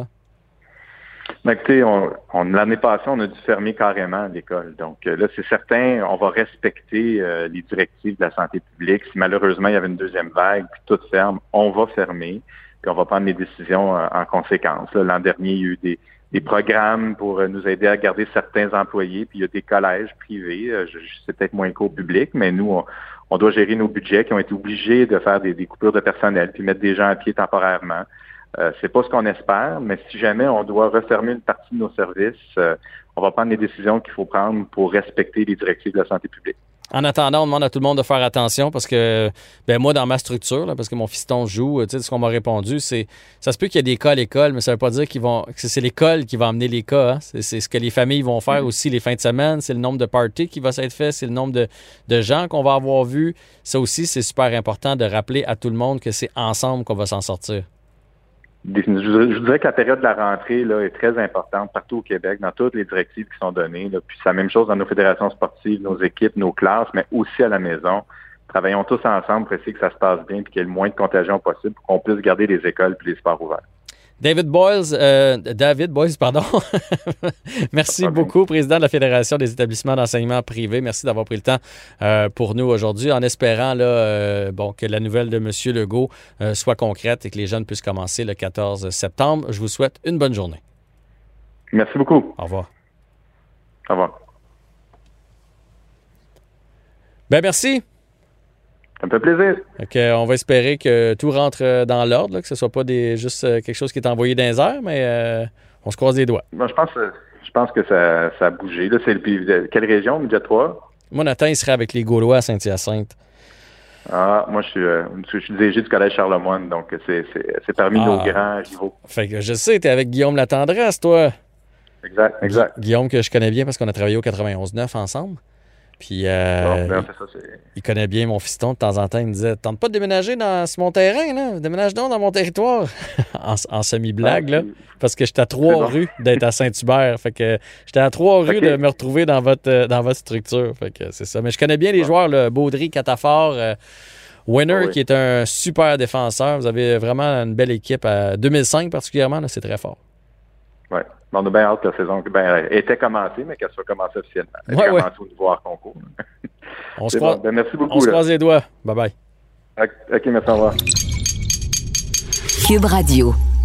Ben, écoutez, on, on, l'année passée, on a dû fermer carrément l'école. Donc euh, là, c'est certain, on va respecter euh, les directives de la santé publique. Si malheureusement, il y avait une deuxième vague, puis tout ferme, on va fermer, puis on va prendre les décisions euh, en conséquence. Là, l'an dernier, il y a eu des, des programmes pour euh, nous aider à garder certains employés, puis il y a des collèges privés, euh, je, je sais peut-être moins qu'au public, mais nous, on, on doit gérer nos budgets qui ont été obligés de faire des, des coupures de personnel, puis mettre des gens à pied temporairement. Euh, c'est pas ce qu'on espère, mais si jamais on doit refermer une partie de nos services, euh, on va prendre les décisions qu'il faut prendre pour respecter les directives de la santé publique. En attendant, on demande à tout le monde de faire attention parce que, ben moi, dans ma structure, là, parce que mon fiston joue, tu sais, ce qu'on m'a répondu, c'est ça se peut qu'il y ait des cas à l'école, mais ça veut pas dire qu'ils vont, que c'est l'école qui va amener les cas. Hein. C'est, c'est ce que les familles vont faire aussi les fins de semaine. C'est le nombre de parties qui va s'être fait, c'est le nombre de, de gens qu'on va avoir vus. Ça aussi, c'est super important de rappeler à tout le monde que c'est ensemble qu'on va s'en sortir. Je, je dirais que la période de la rentrée là, est très importante partout au Québec, dans toutes les directives qui sont données. Là. Puis c'est la même chose dans nos fédérations sportives, nos équipes, nos classes, mais aussi à la maison. Travaillons tous ensemble pour essayer que ça se passe bien et qu'il y ait le moins de contagion possible pour qu'on puisse garder les écoles et les sports ouverts. David Boyles, euh, David Boyles, pardon. Merci okay. beaucoup, président de la Fédération des établissements d'enseignement privé. Merci d'avoir pris le temps euh, pour nous aujourd'hui, en espérant là, euh, bon, que la nouvelle de M. Legault euh, soit concrète et que les jeunes puissent commencer le quatorze septembre. Je vous souhaite une bonne journée. Merci beaucoup. Au revoir. Au revoir. Ben merci. Ça me fait plaisir. Okay, on va espérer que tout rentre dans l'ordre, là, que ce ne soit pas des, juste euh, quelque chose qui est envoyé dans les airs, mais euh, on se croise les doigts. Moi, je pense, je pense que ça, ça a bougé. Là, c'est le, quelle région, Midget trois? Moi, Nathan, il serait avec les Gaulois à Saint-Hyacinthe. Ah, moi, je suis, euh, je suis dirigé du Collège Charlemagne, donc c'est, c'est, c'est parmi ah. nos grands rivaux. Fait que je sais, tu es avec Guillaume Latendresse, toi. Exact, exact. Gu- Guillaume, que je connais bien parce qu'on a travaillé au quatre-vingt-onze neuf ensemble. Puis, euh, non, c'est ça, c'est... il connaît bien mon fiston. De temps en temps, il me disait « Tente pas de déménager dans sur mon terrain, là. Déménage donc dans mon territoire. » en, en semi-blague, là. Parce que j'étais à trois bon. rues d'être à Saint-Hubert. Fait que j'étais à trois rues okay. de me retrouver dans votre, dans votre structure. Fait que c'est ça. Mais je connais bien les ouais. joueurs, là, Baudry, Catafort, euh, Winner, oui. qui est un super défenseur. Vous avez vraiment une belle équipe. À deux mille cinq particulièrement, là, c'est très fort. Oui. On a bien hâte que la saison ben, était commencée, mais qu'elle soit commencée officiellement. Elle ouais, commencée ouais. au niveau hors concours. On se croise, bon. ben, merci beaucoup. On se croise les doigts. Bye bye. OK, merci, au revoir. Cube Radio.